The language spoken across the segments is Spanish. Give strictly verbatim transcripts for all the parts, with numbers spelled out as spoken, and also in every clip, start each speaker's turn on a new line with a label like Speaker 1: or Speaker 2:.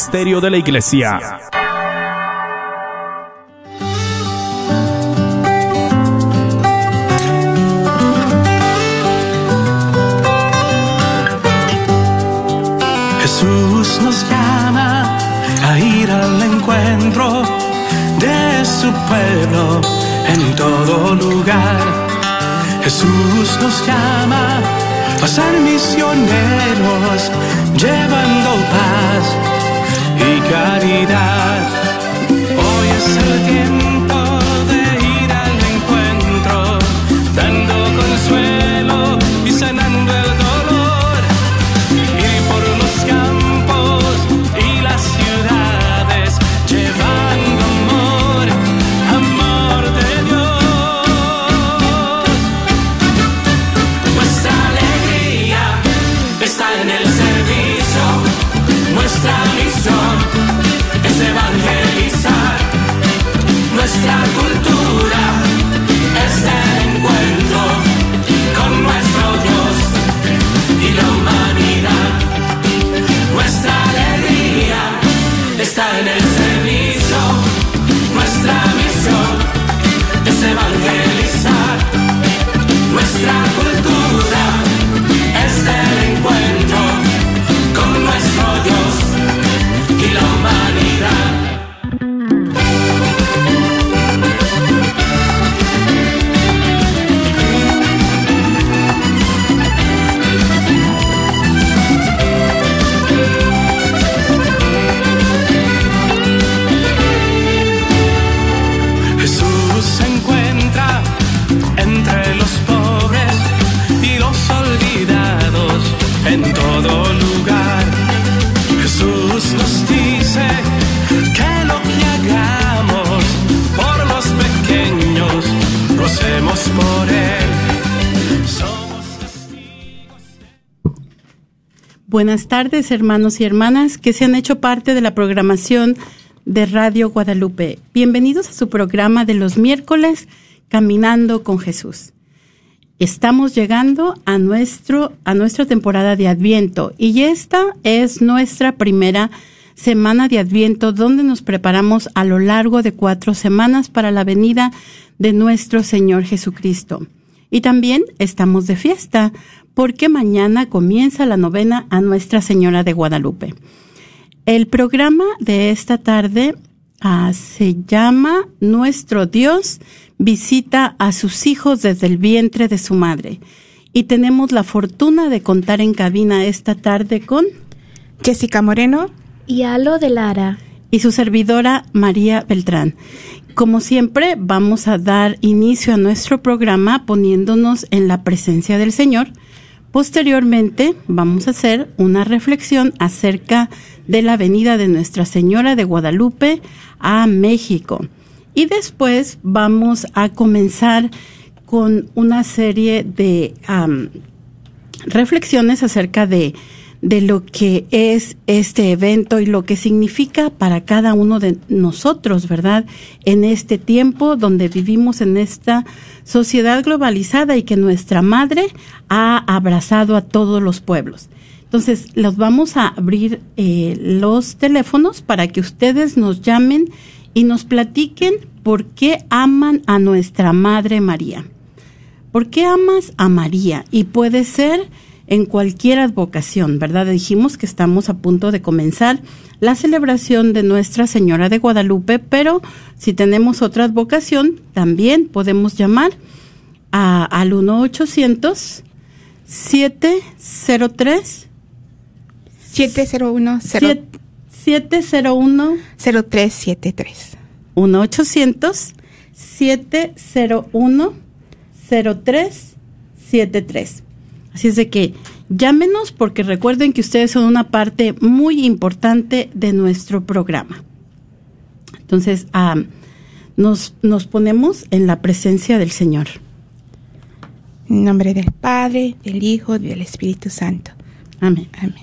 Speaker 1: Magisterio de la Iglesia.
Speaker 2: Jesús nos llama a ir al encuentro de su pueblo en todo lugar. Jesús nos llama a ser misioneros, llevando paz y caridad. Hoy es el tiempo de ir al encuentro, dando consuelo y sanando el dolor. Ir por los campos y las ciudades, llevando amor, amor de Dios. Nuestra alegría está en el servicio, nuestra misión es evangelizar. Nuestra cultura es el encuentro con nuestro Dios y la humanidad. Nuestra alegría está en el servicio, nuestra misión es evangelizar. Nuestra cultura es el encuentro con nuestro Dios y la humanidad. Jesús se encuentra entre los pobres y los olvidados en todo lugar. Jesús nos dice que lo que hagamos por los pequeños, lo hacemos por Él. Somos testigos.
Speaker 3: Buenas tardes, hermanos y hermanas que se han hecho parte de la programación de Radio Guadalupe. Bienvenidos a su programa de los miércoles, Caminando con Jesús. Estamos llegando a nuestro a nuestra temporada de Adviento y esta es nuestra primera semana de Adviento donde nos preparamos a lo largo de cuatro semanas para la venida de nuestro Señor Jesucristo. Y también estamos de fiesta porque mañana comienza la novena a Nuestra Señora de Guadalupe. El programa de esta tarde uh, se llama Nuestro Dios visita a sus hijos desde el vientre de su madre. Y tenemos la fortuna de contar en cabina esta tarde con
Speaker 4: Jessica Moreno
Speaker 5: y Alo de Lara
Speaker 3: y su servidora María Beltrán. Como siempre, vamos a dar inicio a nuestro programa poniéndonos en la presencia del Señor. Posteriormente, vamos a hacer una reflexión acerca de la venida de Nuestra Señora de Guadalupe a México. Y después vamos a comenzar con una serie de um, reflexiones acerca de, de lo que es este evento y lo que significa para cada uno de nosotros, ¿verdad? En este tiempo donde vivimos en esta sociedad globalizada y que nuestra madre ha abrazado a todos los pueblos. Entonces, los vamos a abrir eh, los teléfonos para que ustedes nos llamen y nos platiquen por qué aman a nuestra Madre María. ¿Por qué amas a María? Y puede ser en cualquier advocación, ¿verdad? Dijimos que estamos a punto de comenzar la celebración de Nuestra Señora de Guadalupe, pero si tenemos otra advocación, también podemos llamar a, al uno ochocientos, siete cero tres,
Speaker 4: siete cero uno,
Speaker 3: siete cero uno,
Speaker 4: cero tres siete tres.
Speaker 3: uno ochocientos, siete cero uno, cero tres siete tres. Así es de que llámenos porque recuerden que ustedes son una parte muy importante de nuestro programa. Entonces, um, nos, nos ponemos en la presencia del Señor.
Speaker 4: En nombre del Padre, del Hijo y del Espíritu Santo.
Speaker 3: Amén.
Speaker 4: Amén.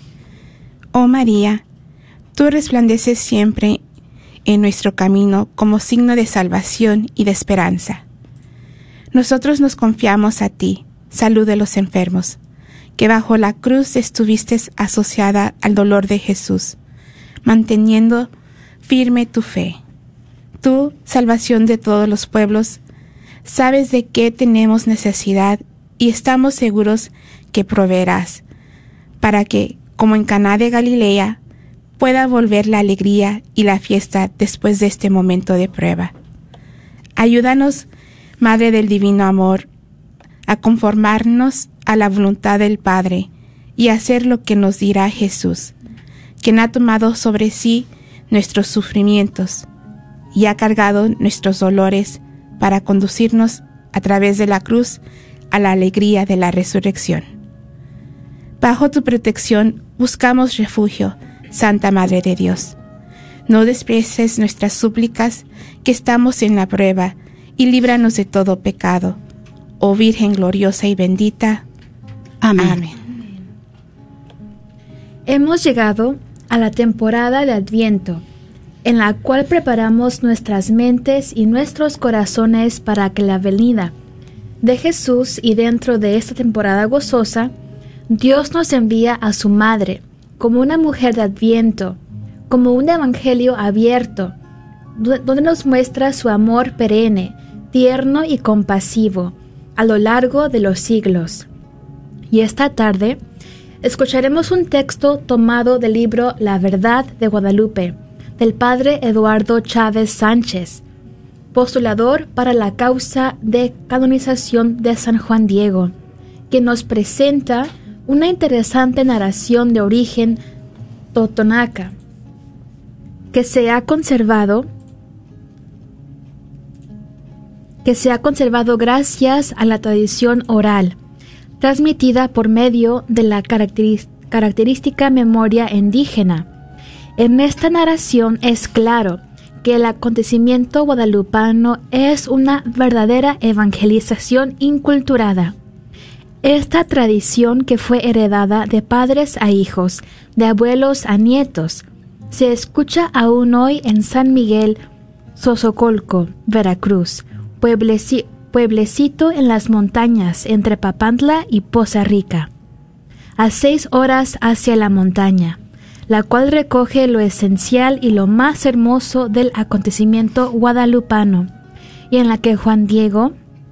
Speaker 4: Oh María, tú resplandeces siempre en nuestro camino como signo de salvación y de esperanza. Nosotros nos confiamos a ti, salud de los enfermos, que bajo la cruz estuviste asociada al dolor de Jesús, manteniendo firme tu fe. Tú, salvación de todos los pueblos, sabes de qué tenemos necesidad y estamos seguros que proveerás, para que, como en Caná de Galilea, pueda volver la alegría y la fiesta después de este momento de prueba. Ayúdanos, Madre del Divino Amor, a conformarnos a la voluntad del Padre y hacer lo que nos dirá Jesús, quien ha tomado sobre sí nuestros sufrimientos y ha cargado nuestros dolores para conducirnos a través de la cruz a la alegría de la resurrección. Bajo tu protección buscamos refugio, Santa Madre de Dios. No desprecies nuestras súplicas, que estamos en la prueba, y líbranos de todo pecado. Oh Virgen gloriosa y bendita.
Speaker 3: Amén.
Speaker 4: Amén.
Speaker 5: Hemos llegado a la temporada de Adviento, en la cual preparamos nuestras mentes y nuestros corazones para que la venida de Jesús, y dentro de esta temporada gozosa, Dios nos envía a su Madre como una mujer de Adviento, como un evangelio abierto, donde nos muestra su amor perenne, tierno y compasivo, a lo largo de los siglos. Y esta tarde escucharemos un texto tomado del libro La Verdad de Guadalupe, del padre Eduardo Chávez Sánchez, postulador para la causa de canonización de San Juan Diego, que nos presenta una interesante narración de origen totonaca, que se ha conservado que se ha conservado gracias a la tradición oral, transmitida por medio de la característica memoria indígena. En esta narración es claro que el acontecimiento guadalupano es una verdadera evangelización inculturada. Esta tradición, que fue heredada de padres a hijos, de abuelos a nietos, se escucha aún hoy en San Miguel Xozocolco, Veracruz, puebleci- pueblecito en las montañas entre Papantla y Poza Rica, a seis horas hacia la montaña, la cual recoge lo esencial y lo más hermoso del acontecimiento guadalupano, y en la que Juan Diego,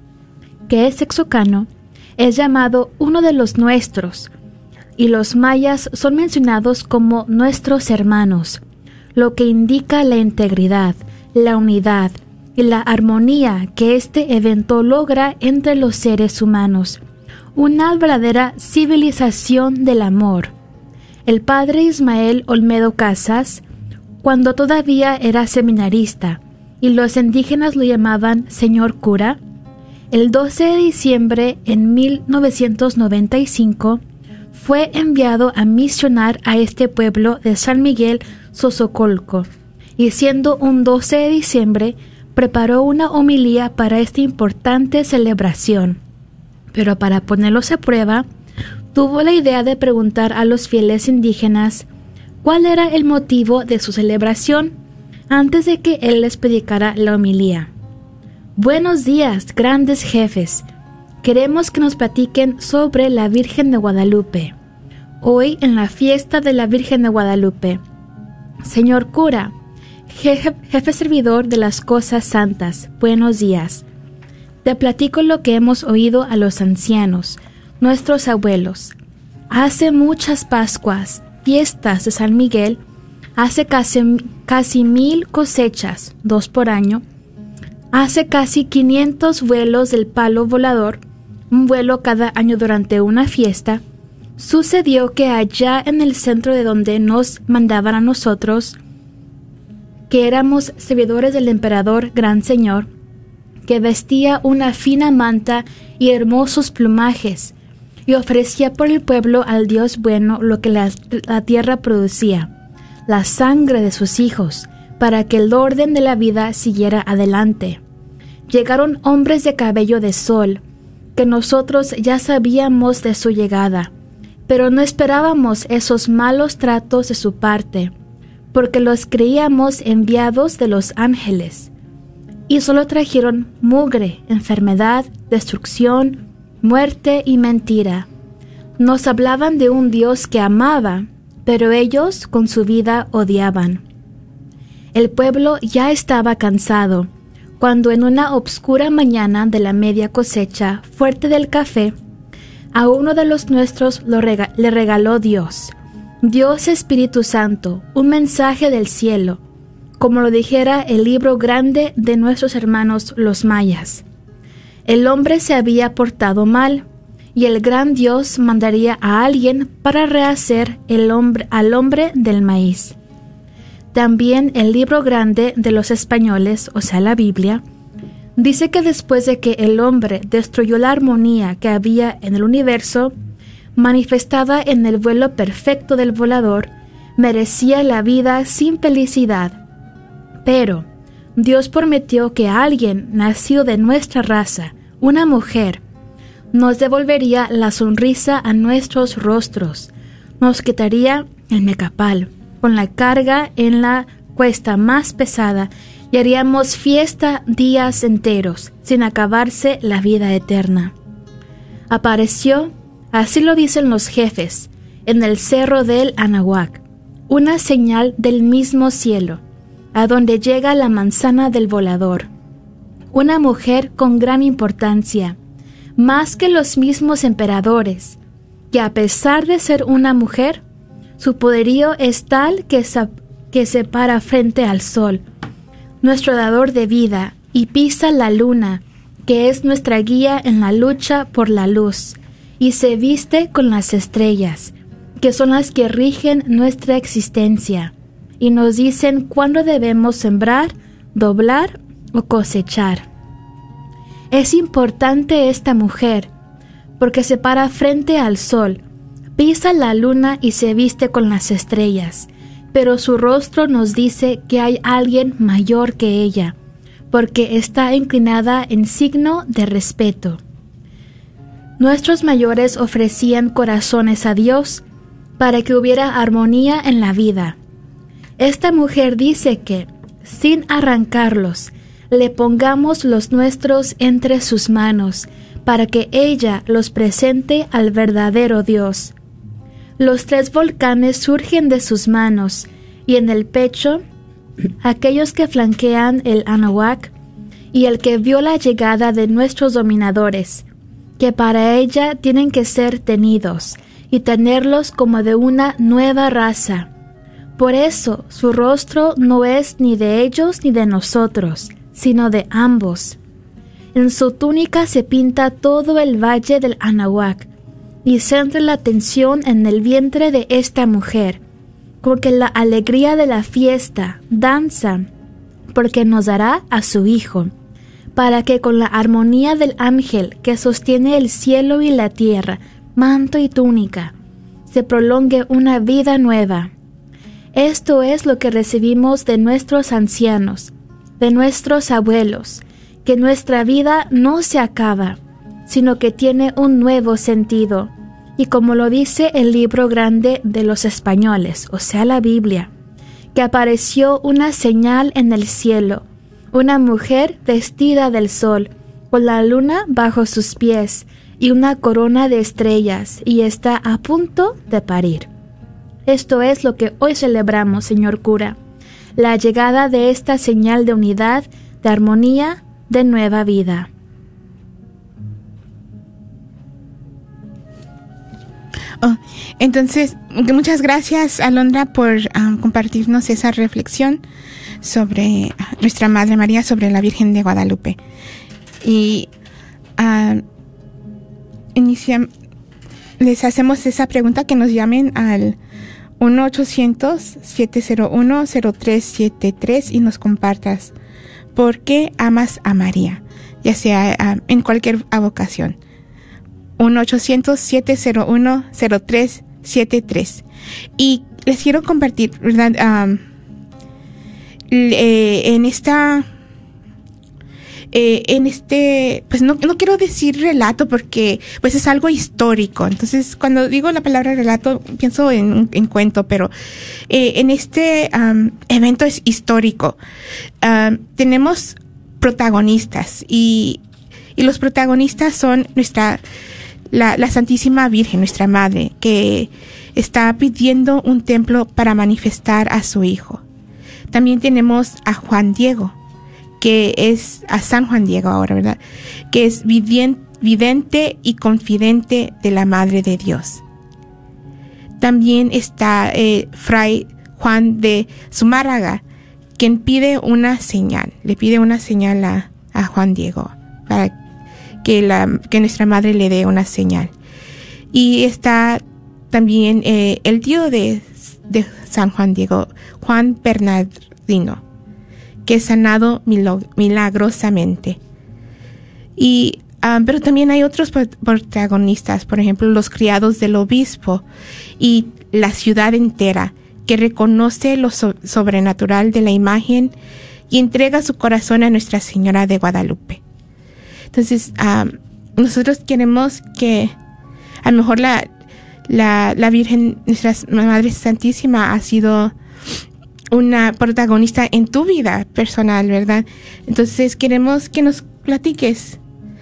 Speaker 5: que es texocano, es llamado uno de los nuestros, y los mayas son mencionados como nuestros hermanos, lo que indica la integridad, la unidad y la armonía que este evento logra entre los seres humanos, una verdadera civilización del amor. El padre Ismael Olmedo Casas, cuando todavía era seminarista y los indígenas lo llamaban señor cura, el doce de diciembre en mil novecientos noventa y cinco fue enviado a misionar a este pueblo de San Miguel Xozocolco, y siendo un doce de diciembre preparó una homilía para esta importante celebración. Pero para ponerlos a prueba, tuvo la idea de preguntar a los fieles indígenas cuál era el motivo de su celebración antes de que él les predicara la homilía. Buenos días, grandes jefes. Queremos que nos platiquen sobre la Virgen de Guadalupe. Hoy, en la fiesta de la Virgen de Guadalupe. Señor cura, jefe, jefe servidor de las cosas santas, buenos días. Te platico lo que hemos oído a los ancianos, nuestros abuelos. Hace muchas Pascuas, fiestas de San Miguel, hace casi, casi mil cosechas, dos por año, hace casi quinientos vuelos del palo volador, un vuelo cada año durante una fiesta. Sucedió que allá en el centro de donde nos mandaban a nosotros, que éramos servidores del emperador Gran Señor, que vestía una fina manta y hermosos plumajes, y ofrecía por el pueblo al Dios bueno lo que la, la tierra producía, la sangre de sus hijos, para que el orden de la vida siguiera adelante. Llegaron hombres de cabello de sol, que nosotros ya sabíamos de su llegada, pero no esperábamos esos malos tratos de su parte, porque los creíamos enviados de los ángeles, y solo trajeron mugre, enfermedad, destrucción, muerte y mentira. Nos hablaban de un Dios que amaba, pero ellos con su vida odiaban. El pueblo ya estaba cansado, cuando en una obscura mañana de la media cosecha, fuerte del café, a uno de los nuestros lo rega- le regaló Dios, Dios Espíritu Santo, un mensaje del cielo, como lo dijera el libro grande de nuestros hermanos los mayas. El hombre se había portado mal, y el gran Dios mandaría a alguien para rehacer el hombre, al hombre del maíz. También el libro grande de los españoles, o sea la Biblia, dice que después de que el hombre destruyó la armonía que había en el universo, manifestada en el vuelo perfecto del volador, merecía la vida sin felicidad. Pero Dios prometió que alguien nacido de nuestra raza, una mujer, nos devolvería la sonrisa a nuestros rostros, nos quitaría el mecapal con la carga en la cuesta más pesada y haríamos fiesta días enteros, sin acabarse la vida eterna. Apareció, así lo dicen los jefes, en el cerro del Anahuac, una señal del mismo cielo, a donde llega la manzana del volador. Una mujer con gran importancia, más que los mismos emperadores, que a pesar de ser una mujer, su poderío es tal que se, que se para frente al sol, nuestro dador de vida, y pisa la luna, que es nuestra guía en la lucha por la luz, y se viste con las estrellas, que son las que rigen nuestra existencia, y nos dicen cuándo debemos sembrar, doblar o cosechar. Es importante esta mujer, porque se para frente al sol, pisa la luna y se viste con las estrellas, pero su rostro nos dice que hay alguien mayor que ella, porque está inclinada en signo de respeto. Nuestros mayores ofrecían corazones a Dios para que hubiera armonía en la vida. Esta mujer dice que, sin arrancarlos, le pongamos los nuestros entre sus manos, para que ella los presente al verdadero Dios. Los tres volcanes surgen de sus manos, y en el pecho, aquellos que flanquean el Anahuac, y el que vio la llegada de nuestros dominadores, que para ella tienen que ser tenidos, y tenerlos como de una nueva raza. Por eso su rostro no es ni de ellos ni de nosotros, sino de ambos. En su túnica se pinta todo el valle del Anahuac, y centra la atención en el vientre de esta mujer, con que la alegría de la fiesta danza, porque nos dará a su hijo, para que con la armonía del ángel que sostiene el cielo y la tierra, manto y túnica, se prolongue una vida nueva. Esto es lo que recibimos de nuestros ancianos, de nuestros abuelos, que nuestra vida no se acaba, sino que tiene un nuevo sentido, y como lo dice el libro grande de los españoles, o sea la Biblia, que apareció una señal en el cielo, una mujer vestida del sol, con la luna bajo sus pies, y una corona de estrellas, y está a punto de parir. Esto es lo que hoy celebramos, señor cura, la llegada de esta señal de unidad, de armonía, de nueva vida.
Speaker 4: Oh, entonces, muchas gracias, Alondra, por um, compartirnos esa reflexión sobre uh, nuestra Madre María, sobre la Virgen de Guadalupe. Y uh, inicia, les hacemos esa pregunta, que nos llamen al uno ochocientos, siete cero uno, cero tres siete tres y nos compartas por qué amas a María, ya sea uh, en cualquier vocación. uno ochocientos, siete cero uno, cero tres siete tres. Y les quiero compartir, ¿verdad? Um, eh, en esta... Eh, en este, pues no, no quiero decir relato porque pues es algo histórico. Entonces, cuando digo la palabra relato, pienso en, en cuento, pero eh, en este um, evento es histórico. Um, tenemos protagonistas y, y los protagonistas son nuestra, la, la Santísima Virgen, nuestra Madre, que está pidiendo un templo para manifestar a su Hijo. También tenemos a Juan Diego, que es a San Juan Diego ahora, ¿verdad? Que es vidente y confidente de la Madre de Dios. También está eh, Fray Juan de Zumárraga, quien pide una señal, le pide una señal a, a Juan Diego, para que, la, que nuestra Madre le dé una señal. Y está también eh, el tío de, de San Juan Diego, Juan Bernardino, que es sanado milagrosamente. Y, um, pero también hay otros protagonistas, por ejemplo, los criados del obispo y la ciudad entera, que reconoce lo so- sobrenatural de la imagen y entrega su corazón a Nuestra Señora de Guadalupe. Entonces, um, nosotros queremos que a lo mejor la, la, la Virgen, Nuestra Madre Santísima, ha sido una protagonista en tu vida personal, ¿verdad? Entonces queremos que nos platiques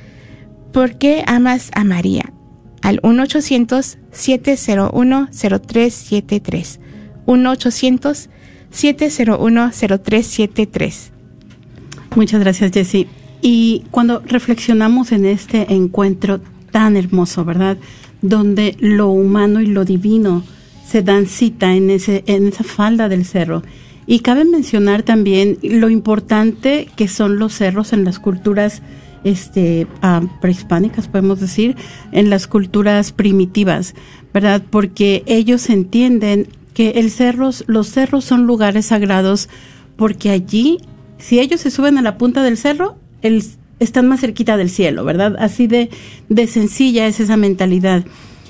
Speaker 4: por qué amas a María. Al uno ochocientos, siete cero uno, cero tres siete tres. uno ochocientos, siete cero uno, cero tres siete tres.
Speaker 3: Muchas gracias, Jessie. Y cuando reflexionamos en este encuentro tan hermoso, ¿verdad?, donde lo humano y lo divino se dan cita en ese en esa falda del cerro. Y cabe mencionar también lo importante que son los cerros en las culturas este uh, prehispánicas, podemos decir, en las culturas primitivas, ¿verdad? Porque ellos entienden que el cerros, los cerros son lugares sagrados, porque allí, si ellos se suben a la punta del cerro, el están más cerquita del cielo, ¿verdad? Así de, de sencilla es esa mentalidad.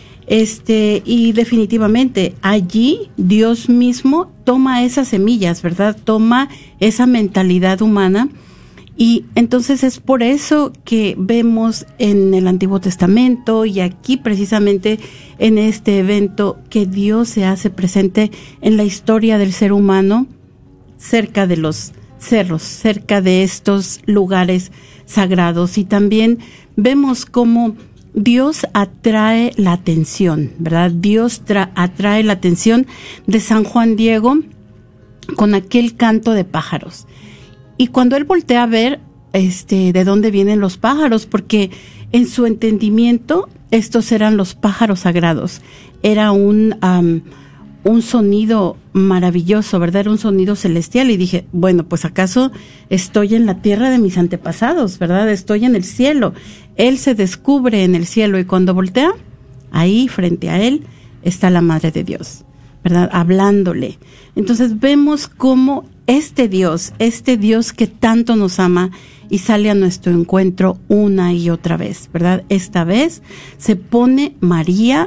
Speaker 3: Este, y definitivamente allí Dios mismo toma esas semillas, ¿verdad? Toma esa mentalidad humana, y entonces es por eso que vemos en el Antiguo Testamento y aquí precisamente en este evento que Dios se hace presente en la historia del ser humano cerca de los cerros, cerca de estos lugares sagrados. Y también vemos cómo Dios atrae la atención, ¿verdad? Dios tra- atrae la atención de San Juan Diego con aquel canto de pájaros. Y cuando él voltea a ver este, de dónde vienen los pájaros, porque en su entendimiento estos eran los pájaros sagrados, era un... Um, un sonido maravilloso, ¿verdad? Era un sonido celestial, y dije, bueno, pues acaso estoy en la tierra de mis antepasados, ¿verdad? Estoy en el cielo. Él se descubre en el cielo, y cuando voltea, ahí frente a él está la Madre de Dios, ¿verdad? Hablándole. Entonces vemos cómo este Dios, este Dios que tanto nos ama y sale a nuestro encuentro una y otra vez, ¿verdad? Esta vez se pone María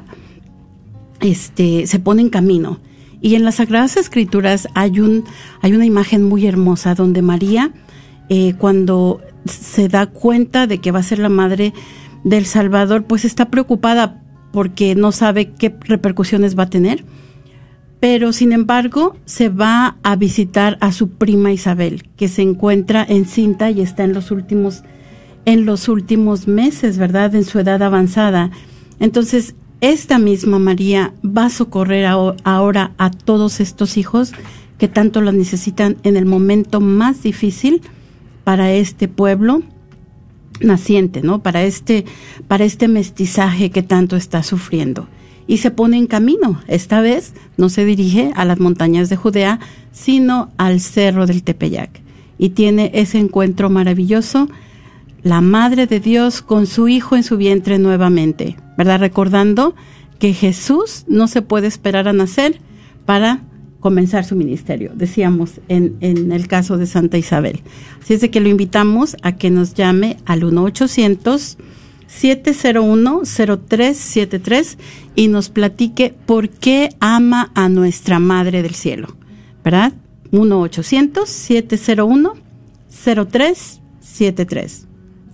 Speaker 3: Este, se pone en camino. Y en las Sagradas Escrituras hay un hay una imagen muy hermosa donde María, eh, cuando se da cuenta de que va a ser la madre del Salvador, pues está preocupada porque no sabe qué repercusiones va a tener. Pero sin embargo, se va a visitar a su prima Isabel, que se encuentra encinta y está en los últimos en los últimos meses, ¿verdad? En su edad avanzada. Entonces, esta misma María va a socorrer ahora a todos estos hijos que tanto la necesitan en el momento más difícil para este pueblo naciente, ¿no? Para este, para este mestizaje que tanto está sufriendo. Y se pone en camino. Esta vez no se dirige a las montañas de Judea, sino al cerro del Tepeyac. Y tiene ese encuentro maravilloso, la Madre de Dios con su Hijo en su vientre nuevamente, ¿verdad? Recordando que Jesús no se puede esperar a nacer para comenzar su ministerio, decíamos en, en el caso de Santa Isabel. Así es de que lo invitamos a que nos llame al uno ochocientos, siete cero uno, cero tres siete tres y nos platique por qué ama a nuestra Madre del Cielo, ¿verdad? uno ochocientos, siete cero uno, cero tres siete tres.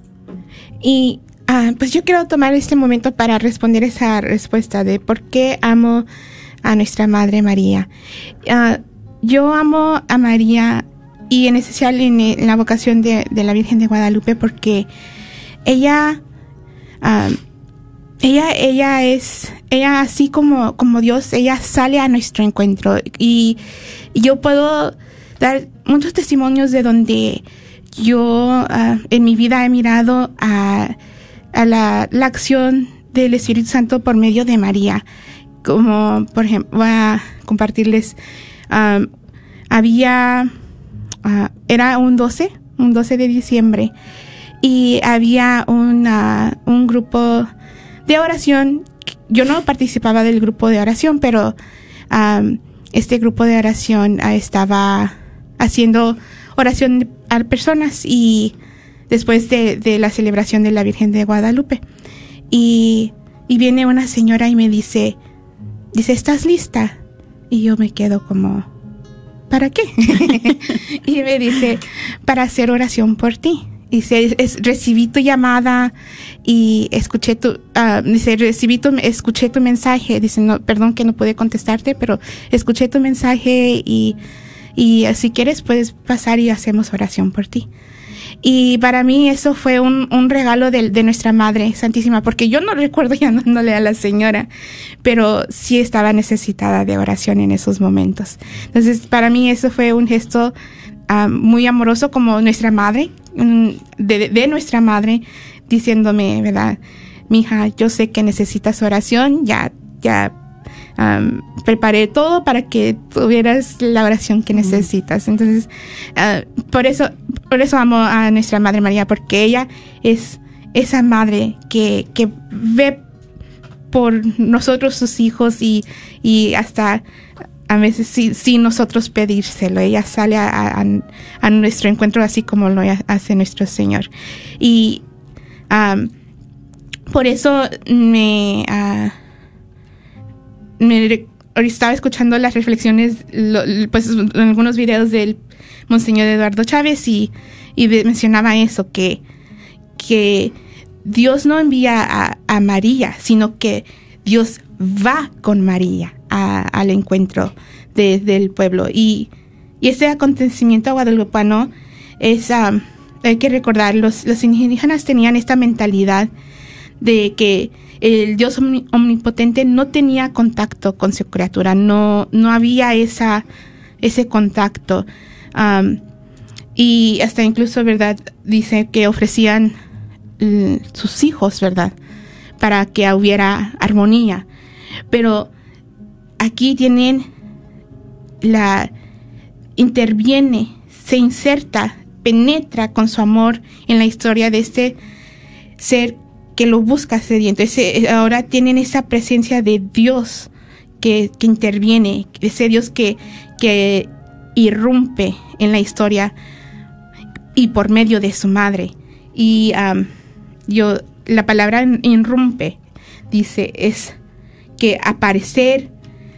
Speaker 4: Y ah, pues yo quiero tomar este momento para responder esa respuesta de por qué amo a nuestra Madre María. Uh, yo amo a María, y en especial en, en la vocación de, de la Virgen de Guadalupe, porque ella uh, ella, ella es, ella así como, como Dios, ella sale a nuestro encuentro. Y, y yo puedo dar muchos testimonios de donde yo uh, en mi vida he mirado a, a la, la acción del Espíritu Santo por medio de María. Como, por ejemplo, voy a compartirles, um, había, uh, era un doce, un doce de diciembre, y había una, un grupo de oración. Yo no participaba del grupo de oración, pero um, este grupo de oración uh, estaba haciendo oración a personas y después de, de la celebración de la Virgen de Guadalupe. Y, y viene una señora y me dice, dice, ¿estás lista? Y yo me quedo como, ¿para qué? Y me dice, para hacer oración por ti. Dice, es, recibí tu llamada y escuché tu, uh, dice, recibí tu, escuché tu mensaje. Dice, no, perdón que no pude contestarte, pero escuché tu mensaje y, y si quieres puedes pasar y hacemos oración por ti. Y para mí eso fue un, un regalo de, de nuestra Madre Santísima, porque yo no recuerdo llamándole a la señora, pero sí estaba necesitada de oración en esos momentos. Entonces, para mí eso fue un gesto uh, muy amoroso, como nuestra Madre, um, de, de nuestra Madre, diciéndome, ¿verdad? Mija, yo sé que necesitas oración, ya, ya um, preparé todo para que tuvieras la oración que necesitas. Entonces, uh, por eso, por eso amo a nuestra Madre María, porque ella es esa madre que, que ve por nosotros, sus hijos, y, y hasta a veces sin, sin nosotros pedírselo. Ella sale a, a, a nuestro encuentro así como lo hace nuestro Señor. Y um, por eso me... Uh, me estaba escuchando las reflexiones, lo, pues en algunos videos del Monseñor Eduardo Chávez, y, y mencionaba eso, que, que Dios no envía a, a María, sino que Dios va con María a, al encuentro de, del pueblo. Y, y ese acontecimiento guadalupano es, um, hay que recordar, los, los indígenas tenían esta mentalidad de que el Dios omnipotente no tenía contacto con su criatura, no, no había esa, ese contacto. Um, y hasta incluso, ¿verdad?, dice que ofrecían uh, sus hijos, ¿verdad?, para que hubiera armonía. Pero aquí tienen la, interviene, se inserta, penetra con su amor en la historia de este ser que lo busca sediento. Ese, ahora tienen esa presencia de Dios que, que interviene, ese Dios que, que irrumpe en la historia y por medio de su madre. Y um, yo, la palabra irrumpe, dice, es que aparecer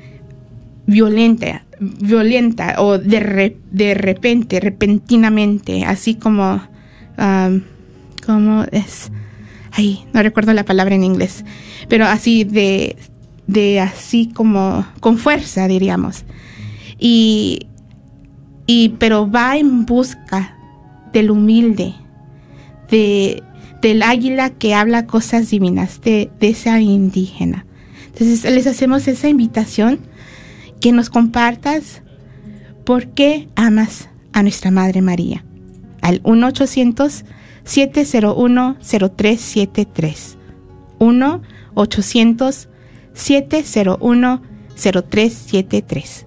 Speaker 4: violenta, violenta o de, re, de repente, repentinamente, así como, um, como es... Ay, no recuerdo la palabra en inglés, pero así de, de así como con fuerza, diríamos. Y, y pero va en busca del humilde, de, del águila que habla cosas divinas, de, de esa indígena. Entonces les hacemos esa invitación, que nos compartas por qué amas a nuestra Madre María. Al uno ochocientos siete cero uno cero tres siete tres. uno ochocientos siete cero uno cero tres siete tres.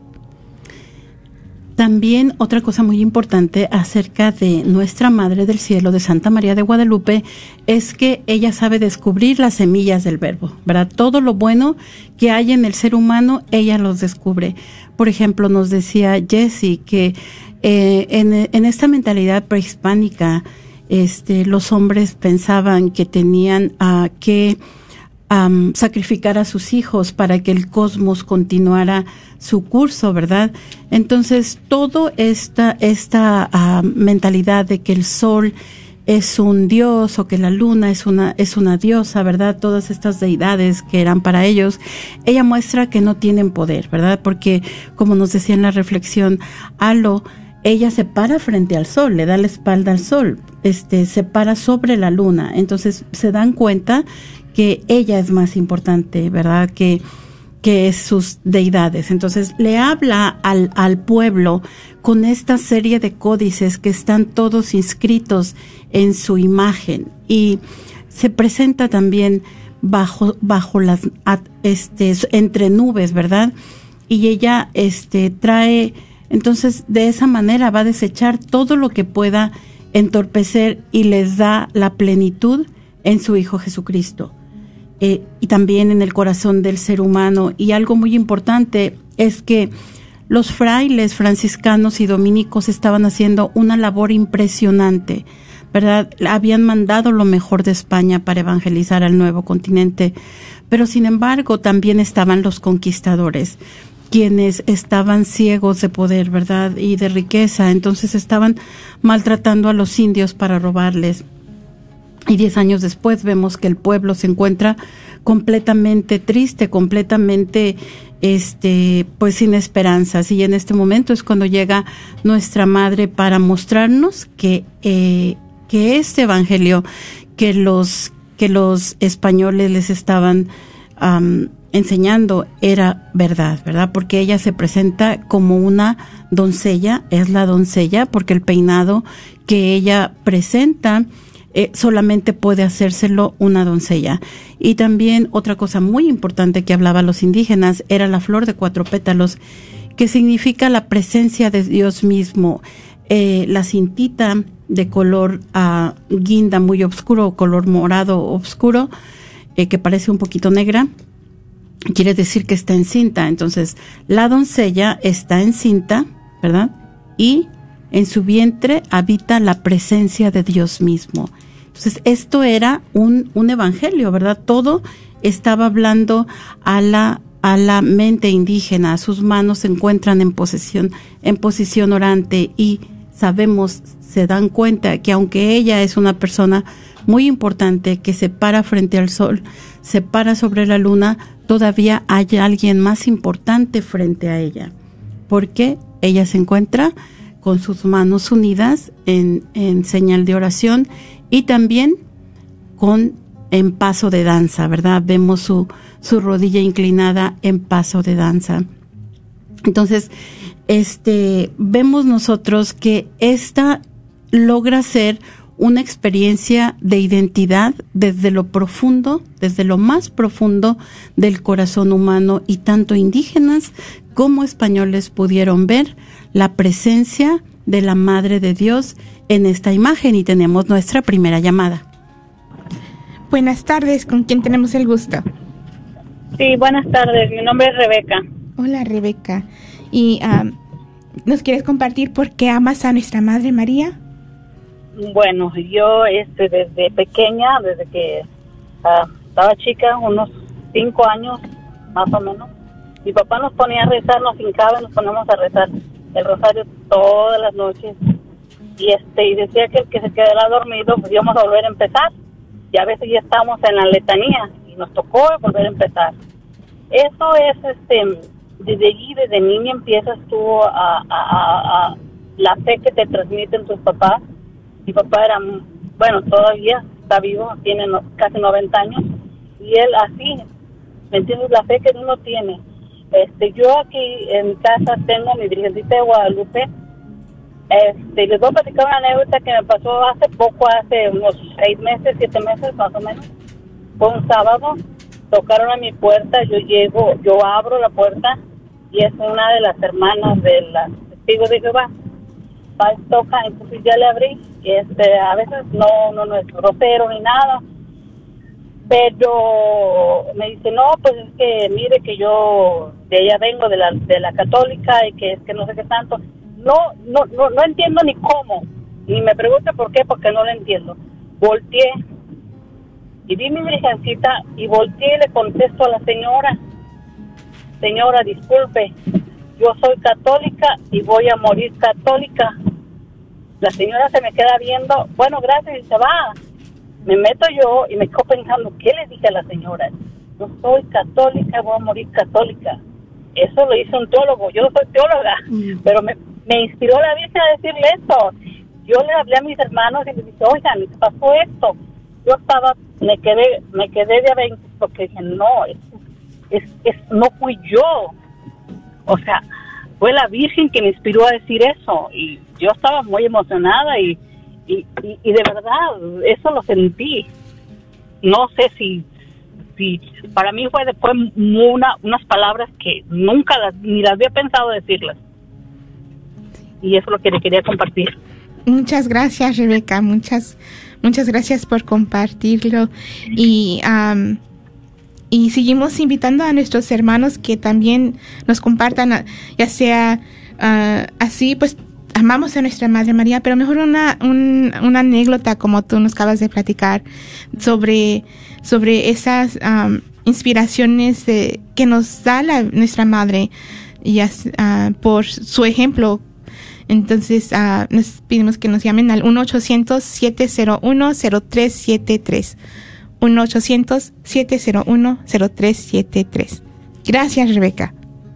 Speaker 3: También otra cosa muy importante acerca de nuestra Madre del Cielo, de Santa María de Guadalupe, es que ella sabe descubrir las semillas del verbo, ¿verdad? Todo lo bueno que hay en el ser humano, ella los descubre. Por ejemplo, nos decía Jessie que eh, en, en esta mentalidad prehispánica, Este, los hombres pensaban que tenían uh, que um, sacrificar a sus hijos para que el cosmos continuara su curso, ¿verdad? Entonces, toda esta, esta uh, mentalidad de que el sol es un dios o que la luna es una, es una diosa, ¿verdad? Todas estas deidades que eran para ellos, ella muestra que no tienen poder, ¿verdad? Porque, como nos decía en la reflexión Alo, ella se para frente al sol, le da la espalda al sol, este, se para sobre la luna. Entonces se dan cuenta que ella es más importante, ¿verdad? Que, que sus deidades. Entonces le habla al, al pueblo con esta serie de códices que están todos inscritos en su imagen, y se presenta también bajo, bajo las, este, entre nubes, ¿verdad? Y ella, este, trae, entonces de esa manera va a desechar todo lo que pueda entorpecer y les da la plenitud en su Hijo Jesucristo. Eh, y también en el corazón del ser humano. Y algo muy importante es que los frailes franciscanos y dominicos estaban haciendo una labor impresionante, ¿verdad? Habían mandado lo mejor de España para evangelizar al nuevo continente, pero sin embargo también estaban los conquistadores, quienes estaban ciegos de poder, ¿verdad? Y de riqueza. Entonces estaban maltratando a los indios para robarles. Y diez años después vemos que el pueblo se encuentra completamente triste, completamente, este, pues sin esperanzas. Y en este momento es cuando llega nuestra Madre para mostrarnos que, eh, que este evangelio que los, que los españoles les estaban um, enseñando era verdad, ¿verdad? Porque ella se presenta como una doncella, es la doncella, porque el peinado que ella presenta Eh, solamente puede hacérselo una doncella. Y también otra cosa muy importante que hablaba los indígenas era la flor de cuatro pétalos, que significa la presencia de Dios mismo. Eh, la cintita de color uh, guinda muy oscuro, color morado oscuro, eh, que parece un poquito negra, quiere decir que está encinta. Entonces, la doncella está encinta, ¿verdad? Y en su vientre habita la presencia de Dios mismo. Entonces, esto era un, un evangelio, ¿verdad? Todo estaba hablando a la, a la mente indígena. Sus manos se encuentran en posición, en posición orante, y sabemos, se dan cuenta que aunque ella es una persona muy importante que se para frente al sol, se para sobre la luna, todavía hay alguien más importante frente a ella, porque ella se encuentra con sus manos unidas en, en señal de oración, y también con en paso de danza, ¿verdad? Vemos su, su rodilla inclinada en paso de danza. Entonces, este, vemos nosotros que esta logra ser una experiencia de identidad desde lo profundo, desde lo más profundo del corazón humano, y tanto indígenas como españoles pudieron ver la presencia de la Madre de Dios en esta imagen. Y tenemos nuestra primera llamada.
Speaker 4: Buenas tardes, ¿con quién tenemos el gusto?
Speaker 1: Sí, buenas tardes, mi nombre es Rebeca.
Speaker 4: Hola, Rebeca. ¿Y um, nos quieres compartir por qué amas a nuestra Madre María?
Speaker 1: Bueno, yo este, desde pequeña, desde que uh, estaba chica, unos cinco años más o menos, mi papá nos ponía a rezar, nos hincaba y nos poníamos a rezar el rosario todas las noches, y este y decía que el que se quedara dormido, pues íbamos a volver a empezar, y a veces ya estábamos en la letanía y nos tocó volver a empezar. Eso es, este, desde allí, desde niña empiezas tú a, a, a, a la fe que te transmiten tus papás. Mi papá era, bueno, todavía está vivo, tiene no, casi noventa años, y él así, ¿me entiendes? La fe que uno tiene. Este, yo aquí en mi casa tengo mi Virgencita de Guadalupe. Este, les voy a platicar una anécdota que me pasó hace poco, hace unos seis meses, siete meses más o menos. Fue un sábado, tocaron a mi puerta, yo llego, yo abro la puerta y es una de las hermanas de las testigos de Jehová. Va, toca, entonces ya le abrí, y este, a veces no, no, no es grosero ni nada, pero me dice, no, pues es que mire que yo de ella vengo, de la, de la católica, y que es que no sé qué tanto. No, no, no, no entiendo ni cómo, ni me pregunte por qué, porque no lo entiendo. Volteé y vi mi virgencita y volteé y le contesto a la señora, señora, disculpe, yo soy católica y voy a morir católica. La señora se me queda viendo, bueno, gracias, y se va. Me meto yo y me quedo pensando, ¿qué le dije a la señora? Yo soy católica, voy a morir católica. Eso lo hizo un teólogo, yo no soy teóloga, mm. pero me, me inspiró la Virgen a decirle esto. Yo le hablé a mis hermanos y les dije, oigan, ¿qué pasó esto? Yo estaba me quedé, me quedé de a veinte porque dije, no, es, es, es, no fui yo. O sea, fue la Virgen que me inspiró a decir eso. Y yo estaba muy emocionada y, y, y, y de verdad, eso lo sentí. No sé si, si para mí fue después una, unas palabras que nunca las, ni las había pensado decirlas. Y eso es lo que le quería compartir.
Speaker 4: Muchas gracias, Rebeca. Muchas, muchas gracias por compartirlo. Y, um, y seguimos invitando a nuestros hermanos que también nos compartan, ya sea uh, así, pues amamos a nuestra Madre María, pero mejor una, un, una anécdota como tú nos acabas de platicar sobre, sobre esas um, inspiraciones de, que nos da la, nuestra Madre, y uh, por su ejemplo. Entonces, uh, nos pedimos que nos llamen al uno ochocientos, siete cero uno, cero tres siete tres. uno ochocientos, siete cero uno, cero tres siete tres. Gracias, Rebeca.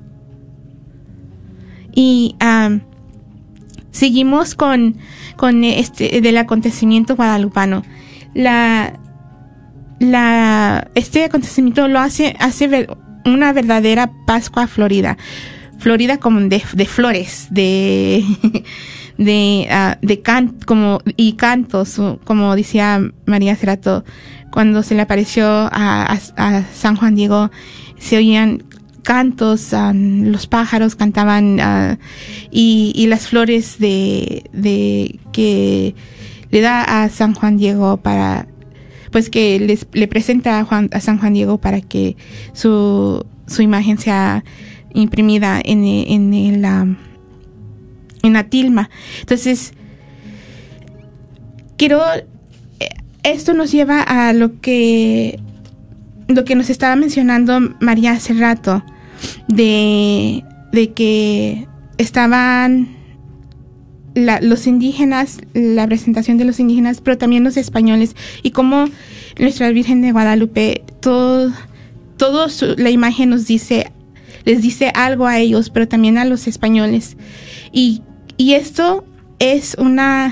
Speaker 4: Y um, seguimos con, con este del acontecimiento guadalupano. La, la, este acontecimiento lo hace, hace ver, una verdadera Pascua florida. Florida como de, de flores, de de uh, de can, como y cantos, como decía María Cerato, cuando se le apareció a, a, a San Juan Diego, se oían cantos, um, los pájaros cantaban uh, y, y las flores de de que le da a San Juan Diego para, pues que les, le presenta a, Juan, a San Juan Diego para que su su imagen sea imprimida en, en, en la en la tilma. Entonces, quiero, esto nos lleva a lo que lo que nos estaba mencionando María hace rato, de, de que estaban la, los indígenas, la presentación de los indígenas, pero también los españoles, y cómo nuestra Virgen de Guadalupe, todo, todo su, la imagen nos dice, les dice algo a ellos, pero también a los españoles. Y, y esto es una...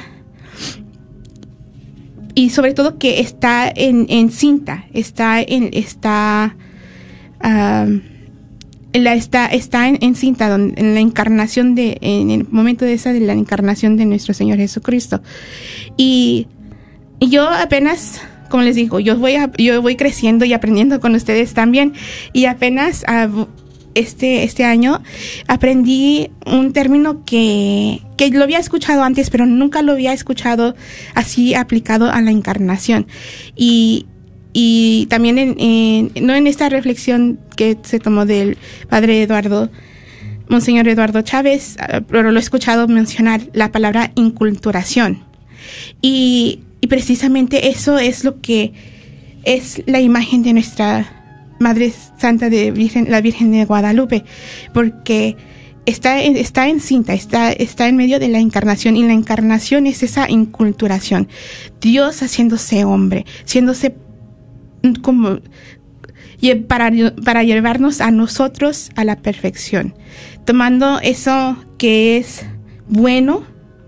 Speaker 4: Y sobre todo que está en, en cinta, está en... está um, la está está en, en cinta, donde, en la encarnación de... en el momento de esa de la encarnación de nuestro Señor Jesucristo. Y, y yo apenas... Como les digo, yo voy a, yo voy creciendo y aprendiendo con ustedes también. Y apenas... Uh, Este, este año aprendí un término que, que lo había escuchado antes, pero nunca lo había escuchado así aplicado a la encarnación. Y, y también en, en, no en esta reflexión que se tomó del padre Eduardo, Monseñor Eduardo Chávez, pero lo he escuchado mencionar la palabra inculturación. Y, y precisamente eso es lo que es la imagen de nuestra Madre Santa de Virgen, la Virgen de Guadalupe, porque está en, está en cinta, está, está en medio de la encarnación, y la encarnación es esa inculturación. Dios haciéndose hombre, haciéndose como para, para llevarnos a nosotros a la perfección, tomando eso que es bueno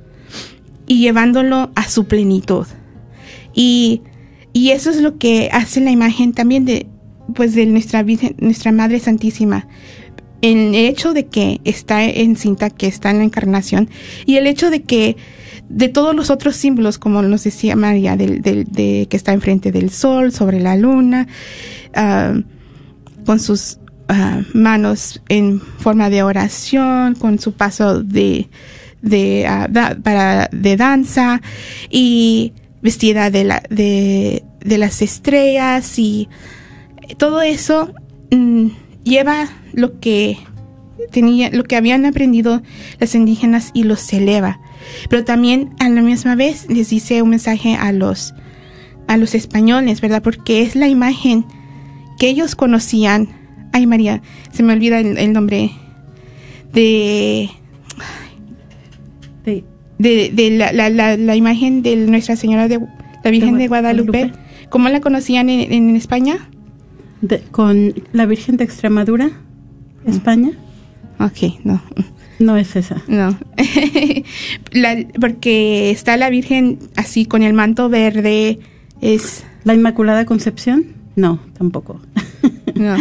Speaker 4: y llevándolo a su plenitud. Y, y eso es lo que hace la imagen también de pues de nuestra Virgen, nuestra Madre Santísima, el hecho de que está en cinta, que está en la encarnación, y el hecho de que de todos los otros símbolos, como nos decía María, del, del, de que está enfrente del sol, sobre la luna, uh, con sus uh, manos en forma de oración, con su paso de de uh, da, para de danza, y vestida de la de de las estrellas, y todo eso mmm, lleva lo que tenía, lo que habían aprendido los indígenas y los eleva. Pero también a la misma vez les dice un mensaje a los a los españoles, ¿verdad? Porque es la imagen que ellos conocían. Ay, María, se me olvida el, el nombre de de, de, de la, la, la, la imagen de Nuestra Señora de la Virgen de, de Guadalupe. Guadalupe. ¿Cómo la conocían en, en España?
Speaker 3: De, con la Virgen de Extremadura, España.
Speaker 4: Ok, no.
Speaker 3: No es esa.
Speaker 4: No. la, porque está la Virgen así con el manto verde, es
Speaker 3: ¿La Inmaculada Concepción? No, tampoco.
Speaker 4: No.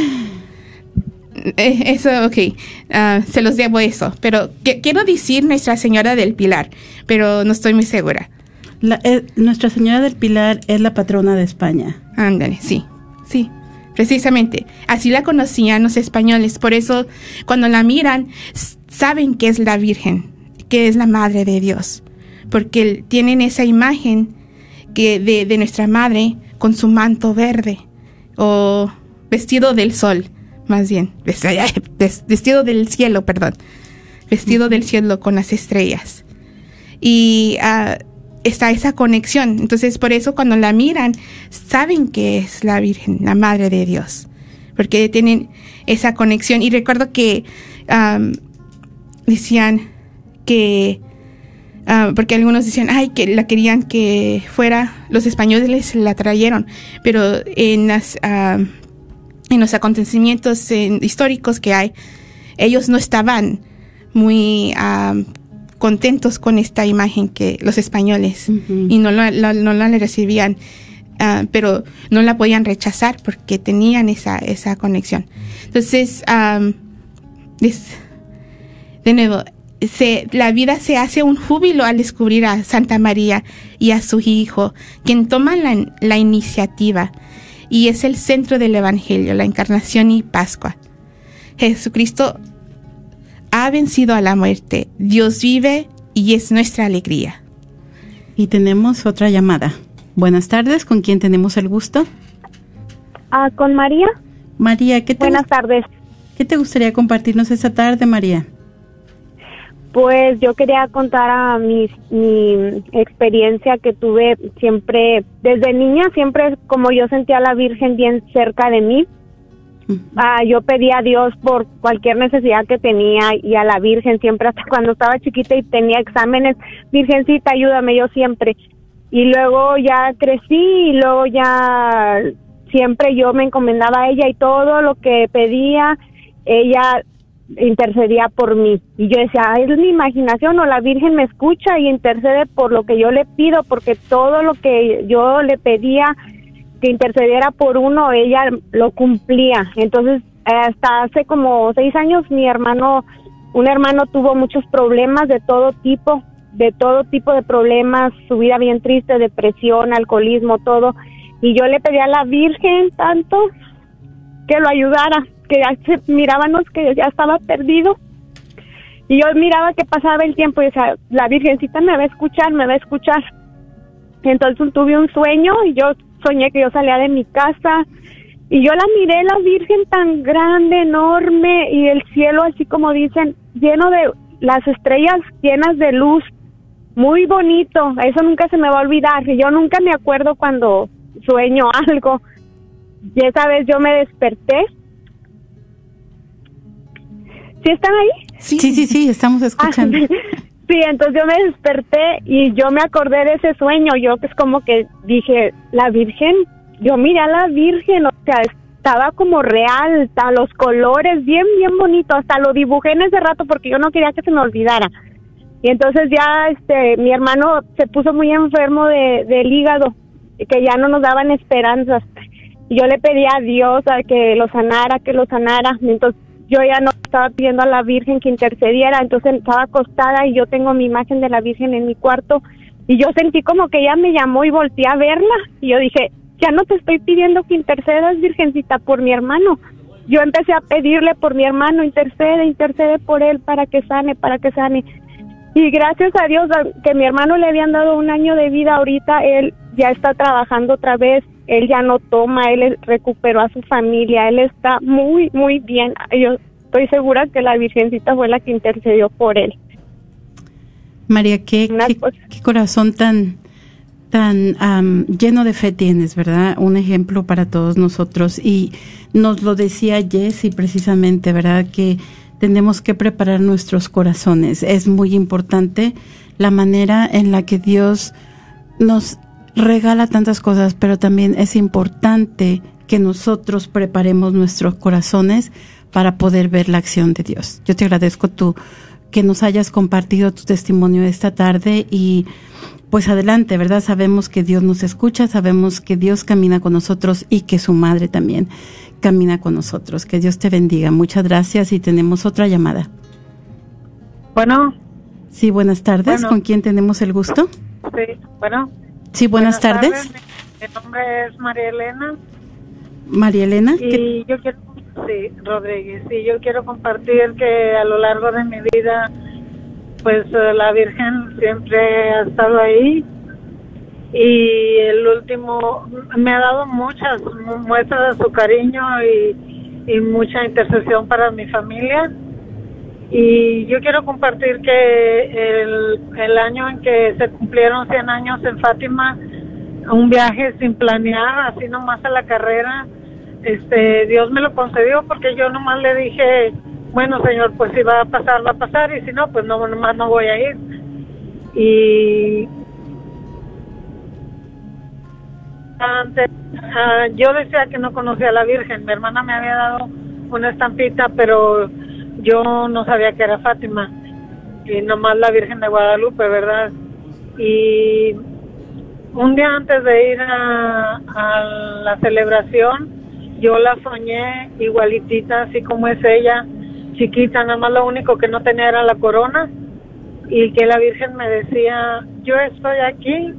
Speaker 4: Eh, eso, ok, uh, se los debo eso, pero que, quiero decir Nuestra Señora del Pilar, pero no estoy muy segura.
Speaker 3: La, eh, Nuestra Señora del Pilar es la patrona de España.
Speaker 4: Ándale, sí, sí, precisamente. Así la conocían los españoles, por eso cuando la miran, saben que es la Virgen, que es la Madre de Dios, porque tienen esa imagen que de, de nuestra Madre con su manto verde, o vestido del sol, más bien, vestido del cielo, perdón, vestido del cielo con las estrellas. Y uh, está esa conexión. Entonces, por eso cuando la miran, saben que es la Virgen, la Madre de Dios, porque tienen esa conexión. Y recuerdo que um, decían que, uh, porque algunos decían, ay, que la querían que fuera, los españoles la trajeron, pero en las... Uh, en los acontecimientos en, históricos que hay, ellos no estaban muy um, contentos con esta imagen que los españoles, uh-huh. y no, lo, lo, no la recibían, uh, pero no la podían rechazar porque tenían esa, esa conexión. Entonces, um, es, de nuevo, se, la vida se hace un júbilo al descubrir a Santa María y a su Hijo, quien toma la, la iniciativa. Y es el centro del Evangelio, la encarnación y Pascua. Jesucristo ha vencido a la muerte. Dios vive y es nuestra alegría.
Speaker 3: Y tenemos otra llamada. Buenas tardes, ¿con quién tenemos el gusto?
Speaker 6: Ah, con María.
Speaker 3: María, ¿qué te
Speaker 6: Buenas
Speaker 3: gust-
Speaker 6: tardes.
Speaker 3: ¿Qué te gustaría compartirnos esta tarde, María?
Speaker 6: Pues yo quería contar a mi, mi experiencia que tuve siempre, desde niña, siempre como yo sentía a la Virgen bien cerca de mí. Uh-huh. Ah, yo pedía a Dios por cualquier necesidad que tenía y a la Virgen siempre, hasta cuando estaba chiquita y tenía exámenes, Virgencita, ayúdame, yo siempre. Y luego ya crecí y luego ya siempre yo me encomendaba a ella y todo lo que pedía, ella intercedía por mí. Y yo decía, es mi imaginación o la Virgen me escucha y intercede por lo que yo le pido, porque todo lo que yo le pedía que intercediera por uno, ella lo cumplía. Entonces, hasta hace como seis años, mi hermano, un hermano tuvo muchos problemas de todo tipo, de todo tipo de problemas, su vida bien triste, depresión, alcoholismo, todo. Y yo le pedí a la Virgen tanto que lo ayudara, que ya se, mirábamos que ya estaba perdido, y yo miraba que pasaba el tiempo y decía, la Virgencita me va a escuchar, me va a escuchar. Entonces tuve un sueño y yo soñé que yo salía de mi casa y yo la miré, la Virgen tan grande, enorme, y el cielo así como dicen, lleno de las estrellas llenas de luz, muy bonito. Eso nunca se me va a olvidar, y yo nunca me acuerdo cuando sueño algo. Y esa vez yo me desperté. ¿Sí están ahí?
Speaker 3: Sí, sí, sí, sí, estamos escuchando.
Speaker 6: Ah, sí, entonces yo me desperté y yo me acordé de ese sueño. Yo pues como que dije, la Virgen, yo miré a la Virgen, o sea, estaba como real, hasta los colores, bien, bien bonito. Hasta lo dibujé en ese rato porque yo no quería que se me olvidara. Y entonces ya este mi hermano se puso muy enfermo de, del hígado, que ya no nos daban esperanzas. Y yo le pedí a Dios a que lo sanara, que lo sanara. Entonces yo ya no estaba pidiendo a la Virgen que intercediera, entonces estaba acostada y yo tengo mi imagen de la Virgen en mi cuarto y yo sentí como que ella me llamó y volteé a verla y yo dije, ya no te estoy pidiendo que intercedas, Virgencita, por mi hermano. Yo empecé a pedirle por mi hermano, intercede, intercede por él para que sane, para que sane. Y gracias a Dios que mi hermano le habían dado un año de vida, ahorita él ya está trabajando otra vez, él ya no toma, él recuperó a su familia, él está muy, muy bien. Yo estoy segura que la Virgencita fue la que intercedió por él.
Speaker 3: María, qué, qué, qué corazón tan, tan um, lleno de fe tienes, ¿verdad? Un ejemplo para todos nosotros. Y nos lo decía Jessie precisamente, ¿verdad? Que tenemos que preparar nuestros corazones. Es muy importante la manera en la que Dios nos regala tantas cosas, pero también es importante que nosotros preparemos nuestros corazones para poder ver la acción de Dios. Yo te agradezco tú que nos hayas compartido tu testimonio esta tarde y pues adelante, ¿verdad? Sabemos que Dios nos escucha, sabemos que Dios camina con nosotros y que su madre también camina con nosotros. Que Dios te bendiga. Muchas gracias y tenemos otra llamada.
Speaker 7: Bueno.
Speaker 3: Sí, buenas tardes.
Speaker 7: Bueno.
Speaker 3: ¿Con quién tenemos el gusto?
Speaker 7: Sí, bueno.
Speaker 3: Sí, buenas, buenas tardes.
Speaker 7: tardes. Mi, mi nombre es María Elena.
Speaker 3: María Elena.
Speaker 7: Y
Speaker 3: ¿qué?
Speaker 7: yo quiero, sí, Rodríguez, y yo quiero compartir que a lo largo de mi vida, pues la Virgen siempre ha estado ahí. Y el último, me ha dado muchas muestras de su cariño y, y mucha intercesión para mi familia. Y yo quiero compartir que el, el año en que se cumplieron cien años en Fátima, un viaje sin planear, así nomás a la carrera, este, Dios me lo concedió porque yo nomás le dije, bueno, Señor, pues si va a pasar, va a pasar, y si no, pues no, nomás no voy a ir. Y antes, uh, yo decía que no conocía a la Virgen, mi hermana me había dado una estampita, pero yo no sabía que era Fátima, y nomás la Virgen de Guadalupe, ¿verdad? Y un día antes de ir a, a la celebración, yo la soñé igualitita, así como es ella, chiquita, nada más lo único que no tenía era la corona, y que la Virgen me decía, yo estoy aquí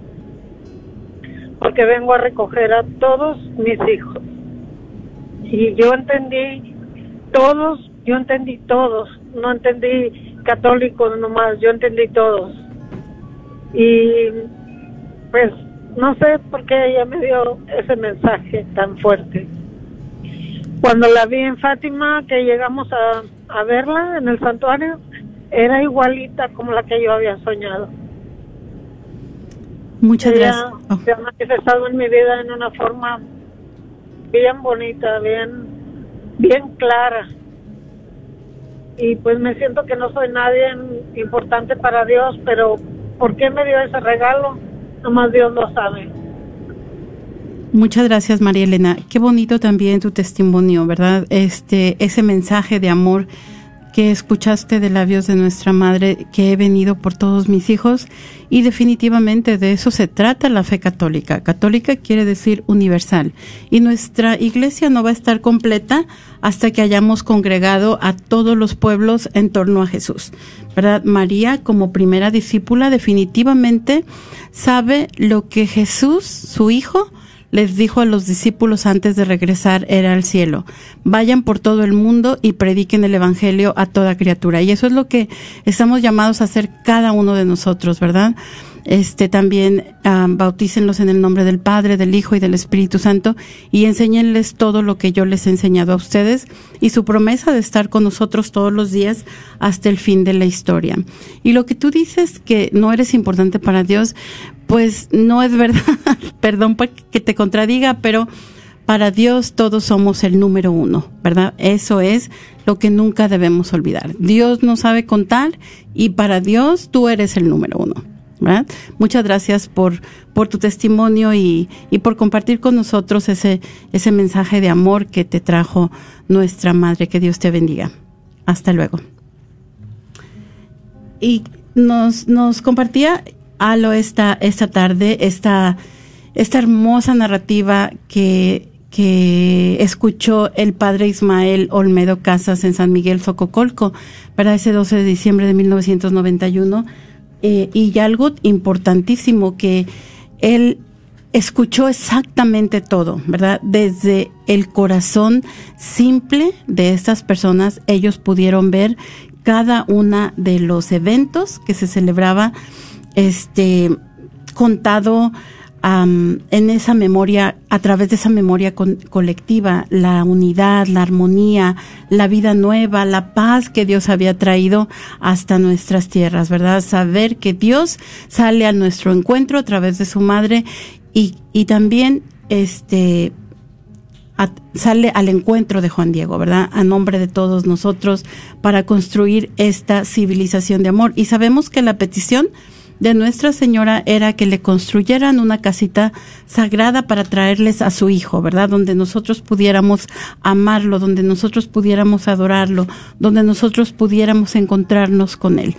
Speaker 7: porque vengo a recoger a todos mis hijos. Y yo entendí todos, yo entendí todos, no entendí católicos nomás, yo entendí todos. Y pues no sé por qué ella me dio ese mensaje tan fuerte. Cuando la vi en Fátima, que llegamos a, a verla en el santuario, era igualita como la que yo había soñado.
Speaker 3: Muchas
Speaker 7: ella
Speaker 3: gracias. Oh.
Speaker 7: Se ha manifestado en mi vida en una forma bien bonita, bien, bien clara. Y pues me siento que no soy nadie importante para Dios, pero ¿por qué me dio ese regalo? Nomás Dios lo sabe.
Speaker 3: Muchas gracias, María Elena. Qué bonito también tu testimonio, ¿verdad? Este, ese mensaje de amor que escuchaste de labios de nuestra madre, que he venido por todos mis hijos, y definitivamente de eso se trata la fe católica. Católica quiere decir universal, y nuestra iglesia no va a estar completa hasta que hayamos congregado a todos los pueblos en torno a Jesús, ¿verdad? María, como primera discípula, definitivamente sabe lo que Jesús, su hijo, les dijo a los discípulos antes de regresar era al cielo: vayan por todo el mundo y prediquen el evangelio a toda criatura. Y eso es lo que estamos llamados a hacer cada uno de nosotros, ¿verdad? Este, también um, bautícenlos en el nombre del Padre, del Hijo y del Espíritu Santo, y enséñenles todo lo que yo les he enseñado a ustedes, y su promesa de estar con nosotros todos los días hasta el fin de la historia. Y lo que tú dices, que no eres importante para Dios, pues no es verdad. Perdón que te contradiga, pero para Dios todos somos el número uno, ¿verdad? Eso es lo que nunca debemos olvidar. Dios nos sabe contar, y para Dios tú eres el número uno, ¿verdad? Muchas gracias por por tu testimonio y, y por compartir con nosotros ese ese mensaje de amor que te trajo nuestra madre. Que Dios te bendiga. Hasta luego. Y nos nos compartía Alo esta esta tarde esta esta hermosa narrativa que que escuchó el padre Ismael Olmedo Casas en San Miguel Xococolco para ese doce de diciembre de mil novecientos noventa y uno. Eh, y algo importantísimo, que él escuchó exactamente todo, ¿verdad? Desde el corazón simple de estas personas, ellos pudieron ver cada una de los eventos que se celebraba, este, contado um, en esa memoria, a través de esa memoria con, colectiva, la unidad, la armonía, la vida nueva, la paz que Dios había traído hasta nuestras tierras, ¿verdad? Saber que Dios sale a nuestro encuentro a través de su madre, y, y también este a, sale al encuentro de Juan Diego, ¿verdad? A nombre de todos nosotros, para construir esta civilización de amor. Y sabemos que la petición de Nuestra Señora era que le construyeran una casita sagrada para traerles a su hijo, ¿verdad? Donde nosotros pudiéramos amarlo, donde nosotros pudiéramos adorarlo, donde nosotros pudiéramos encontrarnos con él.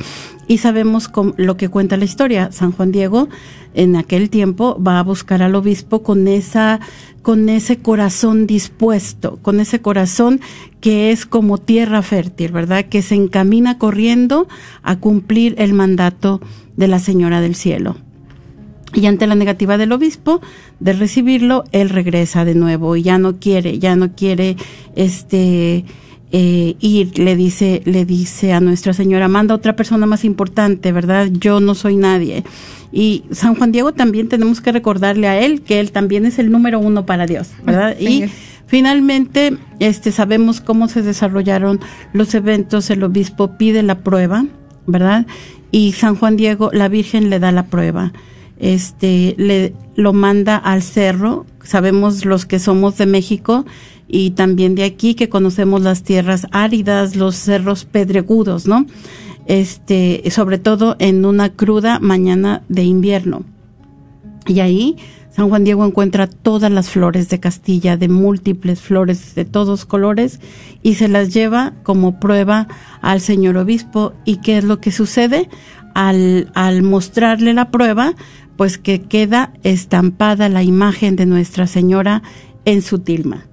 Speaker 3: Y sabemos cómo, lo que cuenta la historia. San Juan Diego en aquel tiempo va a buscar al obispo con esa, con ese corazón dispuesto, con ese corazón que es como tierra fértil, ¿verdad? Que se encamina corriendo a cumplir el mandato de la Señora del Cielo. Y ante la negativa del obispo de recibirlo, él regresa de nuevo y ya no quiere, ya no quiere este eh, ir, le dice, le dice a Nuestra Señora, manda a otra persona más importante, ¿verdad? Yo no soy nadie. Y San Juan Diego también tenemos que recordarle a él que él también es el número uno para Dios, ¿verdad? Sí. Y finalmente, este, sabemos cómo se desarrollaron los eventos, el obispo pide la prueba, ¿verdad? Y San Juan Diego, la Virgen le da la prueba. Este, le lo manda al cerro. Sabemos los que somos de México y también de aquí que conocemos las tierras áridas, los cerros pedregudos, ¿no? Este, sobre todo en una cruda mañana de invierno. Y ahí San Juan Diego encuentra todas las flores de Castilla, de múltiples flores de todos colores, y se las lleva como prueba al señor obispo. ¿Y qué es lo que sucede? Al, al mostrarle la prueba, pues que queda estampada la imagen de Nuestra Señora en su tilma.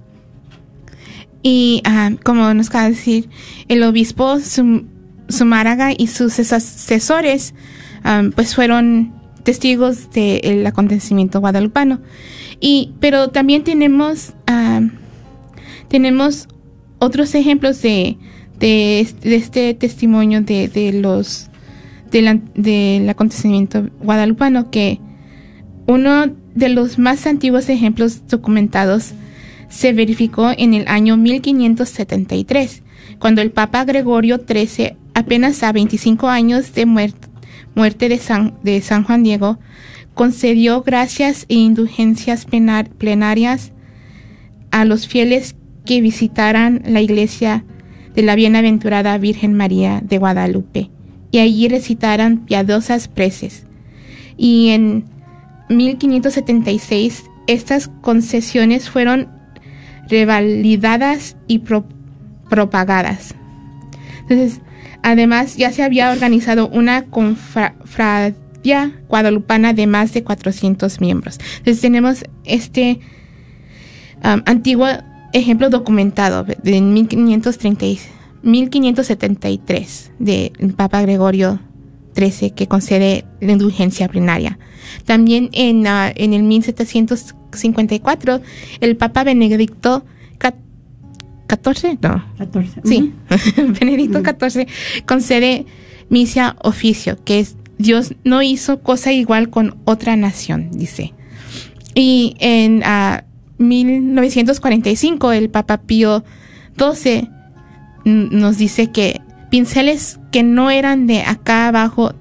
Speaker 4: Y uh, como nos acaba de decir, el obispo Sum, Zumárraga y sus asesores um, pues fueron testigos del acontecimiento guadalupano. Y pero también tenemos uh, tenemos otros ejemplos de de, de este testimonio de, de los del, del acontecimiento guadalupano, que uno de los más antiguos ejemplos documentados se verificó en el año mil quinientos setenta y tres, cuando el Papa Gregorio trece, apenas a veinticinco años de muerte, muerte de, San, de San Juan Diego, concedió gracias e indulgencias plenar, plenarias a los fieles que visitaran la iglesia de la Bienaventurada Virgen María de Guadalupe y allí recitaran piadosas preces. Y en mil quinientos setenta y seis estas concesiones fueron revalidadas y pro, propagadas. Entonces, además ya se había organizado una cofradía guadalupana de más de cuatrocientos miembros. Entonces tenemos este um, antiguo ejemplo documentado de mil quinientos setenta y tres del Papa Gregorio trece, que concede la indulgencia plenaria. También en, uh, en el mil setecientos cincuenta y cuatro el Papa Benedicto catorce, no,
Speaker 3: catorce.
Speaker 4: Sí, uh-huh. Benedicto
Speaker 3: uh-huh. catorce
Speaker 4: concede misia oficio, que es Dios no hizo cosa igual con otra nación, dice. Y en uh, mil novecientos cuarenta y cinco el Papa Pío doce n- nos dice que pinceles que no eran de acá abajo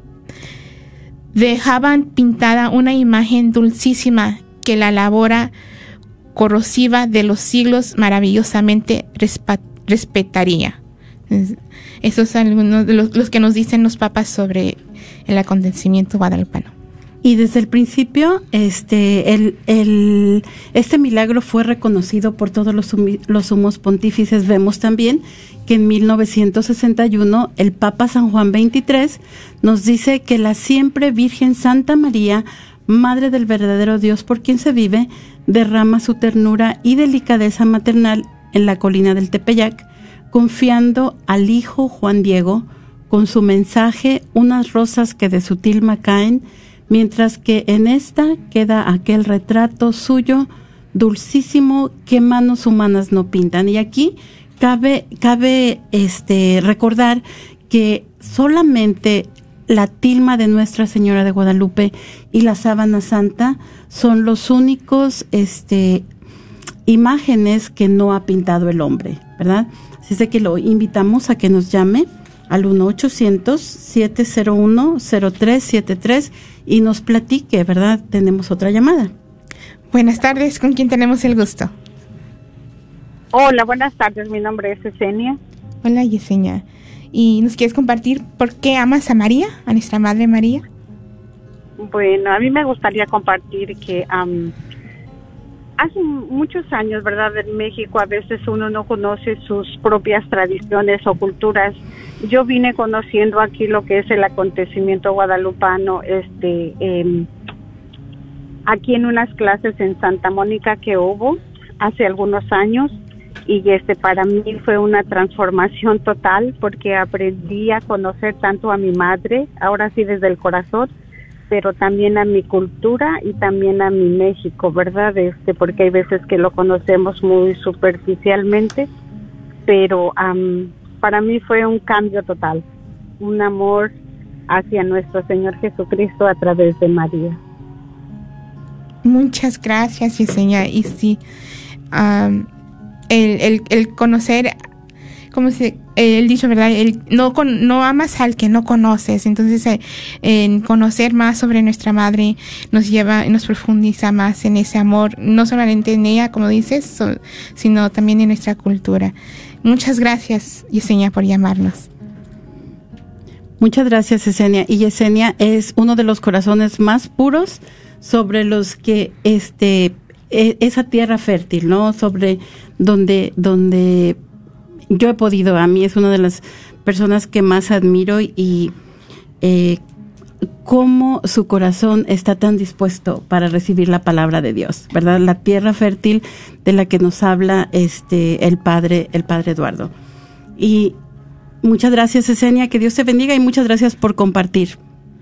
Speaker 4: dejaban pintada una imagen dulcísima que la labora corrosiva de los siglos maravillosamente respa- respetaría. Esos son algunos de los, los que nos dicen los papas sobre el acontecimiento guadalupano.
Speaker 3: Y desde el principio, este, el, el, este milagro fue reconocido por todos los, sumi, los sumos pontífices. Vemos también que en mil novecientos sesenta y uno el Papa San Juan veintitrés nos dice que la siempre Virgen Santa María, Madre del verdadero Dios por quien se vive, derrama su ternura y delicadeza maternal en la colina del Tepeyac, confiando al hijo Juan Diego con su mensaje unas rosas que de su tilma caen, mientras que en esta queda aquel retrato suyo dulcísimo que manos humanas no pintan. Y aquí cabe cabe este recordar que solamente la tilma de Nuestra Señora de Guadalupe y la sábana santa son los únicos este imágenes que no ha pintado el hombre, ¿verdad? Así es de que lo invitamos a que nos llame al uno ochocientos, siete cero uno, cero tres siete tres y nos platique, ¿verdad? Tenemos otra llamada.
Speaker 4: Buenas tardes, ¿con quién tenemos el gusto?
Speaker 8: Hola, buenas tardes, mi nombre es Yesenia.
Speaker 4: Hola, Yesenia. ¿Y nos quieres compartir por qué amas a María, a nuestra Madre María?
Speaker 8: Bueno, a mí me gustaría compartir que um, hace muchos años, ¿verdad? En México a veces uno no conoce sus propias tradiciones o culturas. Yo vine conociendo aquí lo que es el acontecimiento guadalupano, este, eh, aquí en unas clases en Santa Mónica que hubo hace algunos años, y este para mí fue una transformación total porque aprendí a conocer tanto a mi madre, ahora sí desde el corazón, pero también a mi cultura y también a mi México, ¿verdad? Este, porque hay veces que lo conocemos muy superficialmente, pero um, para mí fue un cambio total, un amor hacia nuestro Señor Jesucristo a través de María.
Speaker 4: Muchas gracias, Yesenia. Y sí, um, el, el, el conocer, como se, el dicho, ¿verdad? El, no, con, no amas al que no conoces. Entonces, eh, en conocer más sobre nuestra madre nos lleva, nos profundiza más en ese amor, no solamente en ella, como dices, so, sino también en nuestra cultura. Muchas gracias, Yesenia, por llamarnos.
Speaker 3: Muchas gracias, Yesenia. Y Yesenia es uno de los corazones más puros sobre los que este esa tierra fértil, ¿no? Sobre donde donde yo he podido, a mí es una de las personas que más admiro, y eh, cómo su corazón está tan dispuesto para recibir la palabra de Dios, ¿verdad? La tierra fértil de la que nos habla este el padre el padre Eduardo. Y muchas gracias, Yesenia, que Dios te bendiga, y muchas gracias por compartir.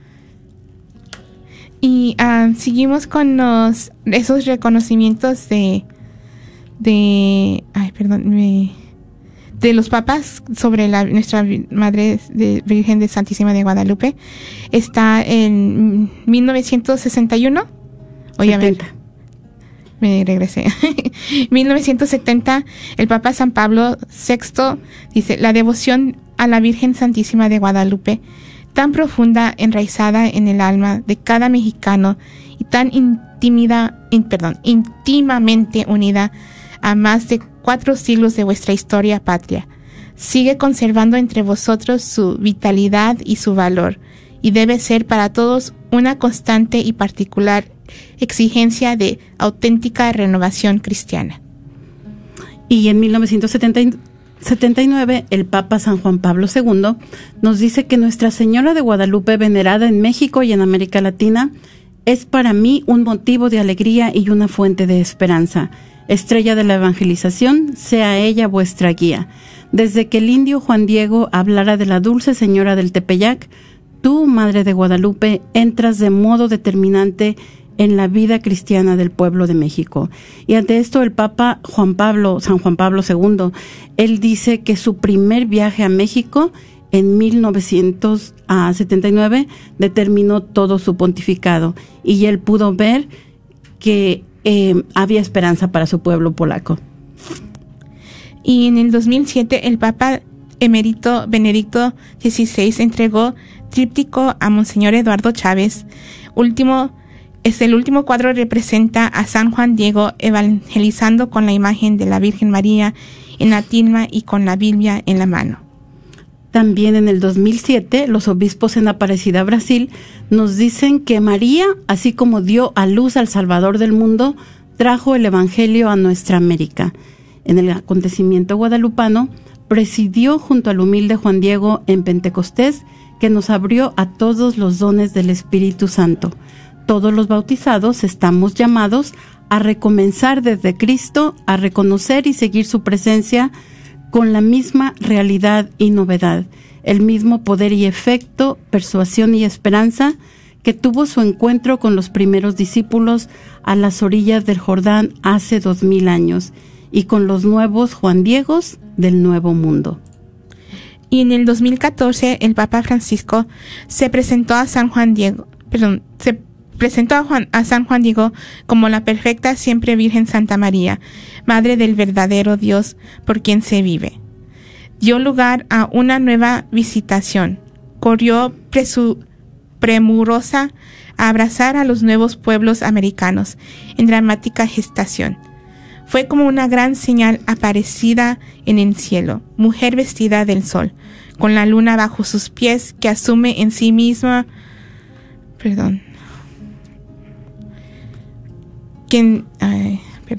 Speaker 4: Y uh, seguimos con los esos reconocimientos de de ay perdón me, de los papas sobre la nuestra Madre de Virgen de Santísima de Guadalupe. Está en mil novecientos sesenta y uno. Oye, a ver, me regresé. mil novecientos setenta, el Papa San Pablo sexto dice: la devoción a la Virgen Santísima de Guadalupe, tan profunda, enraizada en el alma de cada mexicano y tan intimida, in, perdón, íntimamente unida a más de cuatro siglos de vuestra historia patria, sigue conservando entre vosotros su vitalidad y su valor, y debe ser para todos una constante y particular exigencia de auténtica renovación cristiana.
Speaker 3: Y en mil novecientos setenta setenta y nueve, el Papa San Juan Pablo segundo nos dice que Nuestra Señora de Guadalupe, venerada en México y en América Latina, es para mí un motivo de alegría y una fuente de esperanza. Estrella de la evangelización, sea ella vuestra guía. Desde que el indio Juan Diego hablara de la dulce Señora del Tepeyac, tú, Madre de Guadalupe, entras de modo determinante en la vida cristiana del pueblo de México. Y ante esto el Papa Juan Pablo, San Juan Pablo segundo, él dice que su primer viaje a México en mil novecientos setenta y nueve determinó todo su pontificado, y él pudo ver que eh, había esperanza para su pueblo polaco.
Speaker 4: Y en el dos mil siete el Papa emérito Benedicto dieciséis entregó tríptico a Monseñor Eduardo Chávez. Último Es el último cuadro representa a San Juan Diego evangelizando con la imagen de la Virgen María en la tilma y con la Biblia en la mano.
Speaker 3: También en el dos mil siete, los obispos en Aparecida, Brasil, nos dicen que María, así como dio a luz al Salvador del mundo, trajo el Evangelio a nuestra América. En el acontecimiento guadalupano, presidió junto al humilde Juan Diego en Pentecostés, que nos abrió a todos los dones del Espíritu Santo. Todos los bautizados estamos llamados a recomenzar desde Cristo, a reconocer y seguir su presencia con la misma realidad y novedad, el mismo poder y efecto, persuasión y esperanza que tuvo su encuentro con los primeros discípulos a las orillas del Jordán hace dos mil años, y con los nuevos Juan Diegos del Nuevo Mundo.
Speaker 4: Y en el dos mil catorce el Papa Francisco se presentó a San Juan Diego, perdón, se presentó a, Juan, a San Juan Diego como la perfecta siempre Virgen Santa María, Madre del verdadero Dios por quien se vive. Dio lugar a una nueva visitación. Corrió presu, premurosa a abrazar a los nuevos pueblos americanos en dramática gestación. Fue como una gran señal aparecida en el cielo, mujer vestida del sol, con la luna bajo sus pies, que asume en sí misma, perdón, quien, ay, perdón,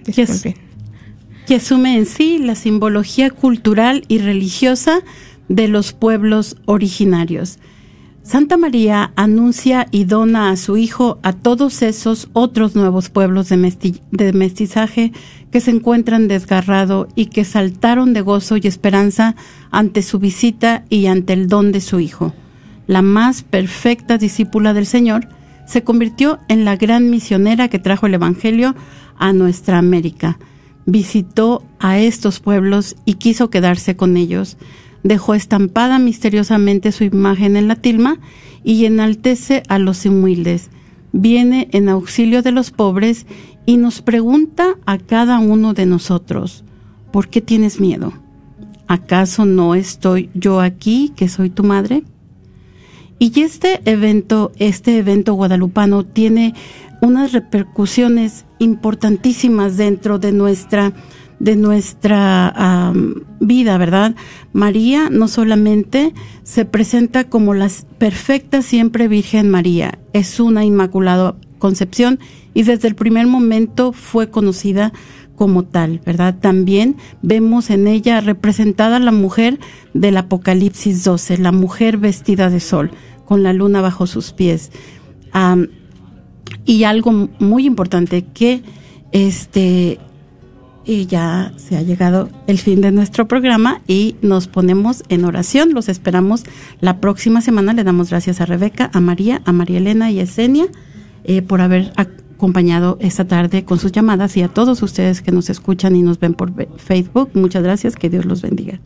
Speaker 3: Que, que asume en sí la simbología cultural y religiosa de los pueblos originarios. Santa María anuncia y dona a su Hijo a todos esos otros nuevos pueblos de, mesti- de mestizaje que se encuentran desgarrados y que saltaron de gozo y esperanza ante su visita y ante el don de su Hijo. La más perfecta discípula del Señor se convirtió en la gran misionera que trajo el Evangelio a nuestra América. Visitó a estos pueblos y quiso quedarse con ellos. Dejó estampada misteriosamente su imagen en la tilma y enaltece a los humildes. Viene en auxilio de los pobres y nos pregunta a cada uno de nosotros: ¿por qué tienes miedo? ¿Acaso no estoy yo aquí, que soy tu madre? Y este evento, este evento guadalupano tiene unas repercusiones importantísimas dentro de nuestra de nuestra um, vida, ¿verdad? María no solamente se presenta como la perfecta siempre Virgen María, es una inmaculada concepción y desde el primer momento fue conocida como tal, ¿verdad? También vemos en ella representada la mujer del Apocalipsis doce, la mujer vestida de sol, con la luna bajo sus pies. Um, y algo muy importante que este Y ya se ha llegado el fin de nuestro programa y nos ponemos en oración. Los esperamos la próxima semana. Le damos gracias a Rebeca, a María, a María Elena y a Esenia eh, por haber acompañado esta tarde con sus llamadas, y a todos ustedes que nos escuchan y nos ven por Facebook. Muchas gracias. Que Dios los bendiga.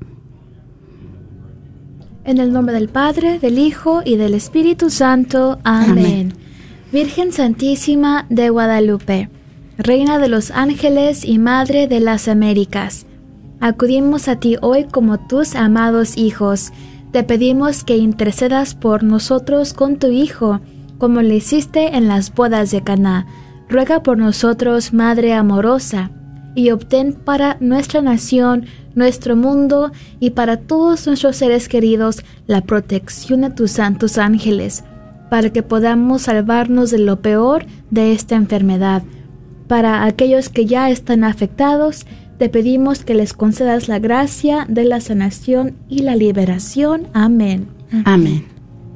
Speaker 5: En el nombre del Padre, del Hijo y del Espíritu Santo. Amén. Amén. Virgen Santísima de Guadalupe, Reina de los ángeles y Madre de las Américas, acudimos a ti hoy como tus amados hijos. Te pedimos que intercedas por nosotros con tu Hijo, como le hiciste en las bodas de Caná. Ruega por nosotros, Madre amorosa, y obtén para nuestra nación, nuestro mundo y para todos nuestros seres queridos la protección de tus santos ángeles, para que podamos salvarnos de lo peor de esta enfermedad. Para aquellos que ya están afectados, te pedimos que les concedas la gracia de la sanación y la liberación. Amén.
Speaker 3: Amén.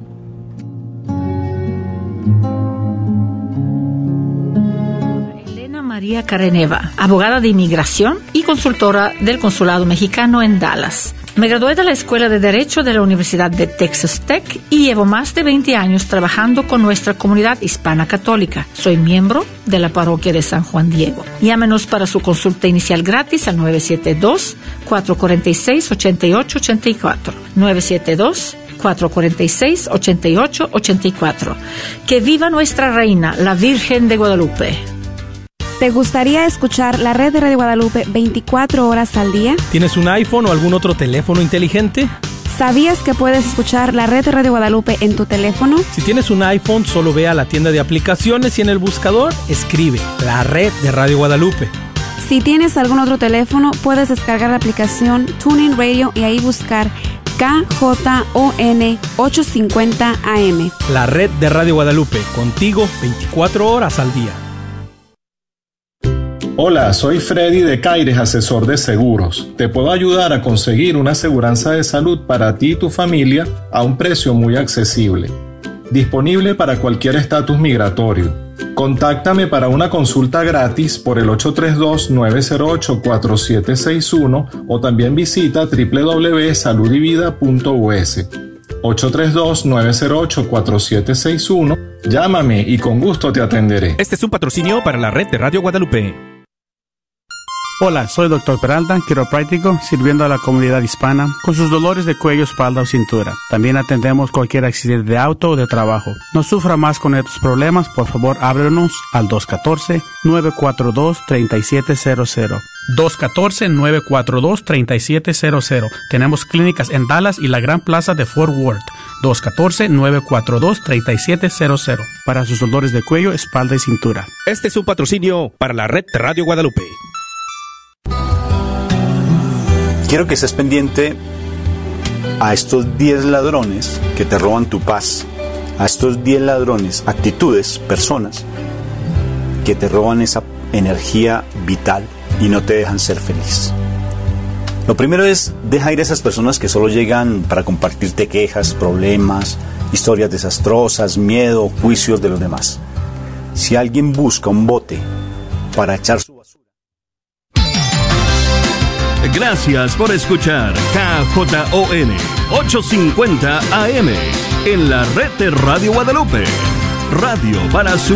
Speaker 9: Elena María Careneva, abogada de inmigración y consultora del Consulado Mexicano en Dallas. Me gradué de la Escuela de Derecho de la Universidad de Texas Tech y llevo más de veinte años trabajando con nuestra comunidad hispana católica. Soy miembro de la parroquia de San Juan Diego. Llámenos para su consulta inicial gratis al nueve siete dos, cuatro cuatro seis, ocho ocho ocho cuatro. nueve siete dos, cuatro cuatro seis, ocho ocho ocho cuatro. Que viva nuestra Reina, la Virgen de Guadalupe.
Speaker 10: ¿Te gustaría escuchar la red de Radio Guadalupe veinticuatro horas al día?
Speaker 11: ¿Tienes un iPhone o algún otro teléfono inteligente?
Speaker 10: ¿Sabías que puedes escuchar la red de Radio Guadalupe en tu teléfono?
Speaker 11: Si tienes un iPhone, solo ve a la tienda de aplicaciones y en el buscador escribe la red de Radio Guadalupe.
Speaker 10: Si tienes algún otro teléfono, puedes descargar la aplicación TuneIn Radio y ahí buscar K J O N ochocientos cincuenta A M.
Speaker 11: La red de Radio Guadalupe, contigo veinticuatro horas al día.
Speaker 12: Hola, soy Freddy de Caires, asesor de seguros. Te puedo ayudar a conseguir una aseguranza de salud para ti y tu familia a un precio muy accesible. Disponible para cualquier estatus migratorio. Contáctame para una consulta gratis por el ocho tres dos, nueve cero ocho, cuatro siete seis uno o también visita doble u doble u doble u punto salud y vida punto u s. ocho tres dos, nueve cero ocho, cuatro siete seis uno. Llámame y con gusto te atenderé.
Speaker 13: Este es un patrocinio para la red de Radio Guadalupe.
Speaker 14: Hola, soy doctor Peralta, quiropráctico, sirviendo a la comunidad hispana con sus dolores de cuello, espalda o cintura. También atendemos cualquier accidente de auto o de trabajo. No sufra más con estos problemas, por favor, háblenos al dos uno cuatro, nueve cuatro dos, tres siete cero cero.
Speaker 13: dos uno cuatro, nueve cuatro dos, tres siete cero cero. Tenemos clínicas en Dallas y la Gran Plaza de Fort Worth. dos uno cuatro, nueve cuatro dos, tres siete cero cero.
Speaker 14: Para sus dolores de cuello, espalda y cintura.
Speaker 13: Este es un patrocinio para la red de Radio Guadalupe.
Speaker 15: Quiero que estés pendiente a estos diez ladrones que te roban tu paz, a estos diez ladrones, actitudes, personas que te roban esa energía vital y no te dejan ser feliz. Lo primero es, deja ir a esas personas que solo llegan para compartirte quejas, problemas, historias desastrosas, miedo, juicios de los demás. Si alguien busca un bote para echar su basura...
Speaker 16: Gracias por escuchar K J O N ochocientos cincuenta A M en la red de Radio Guadalupe. Radio para su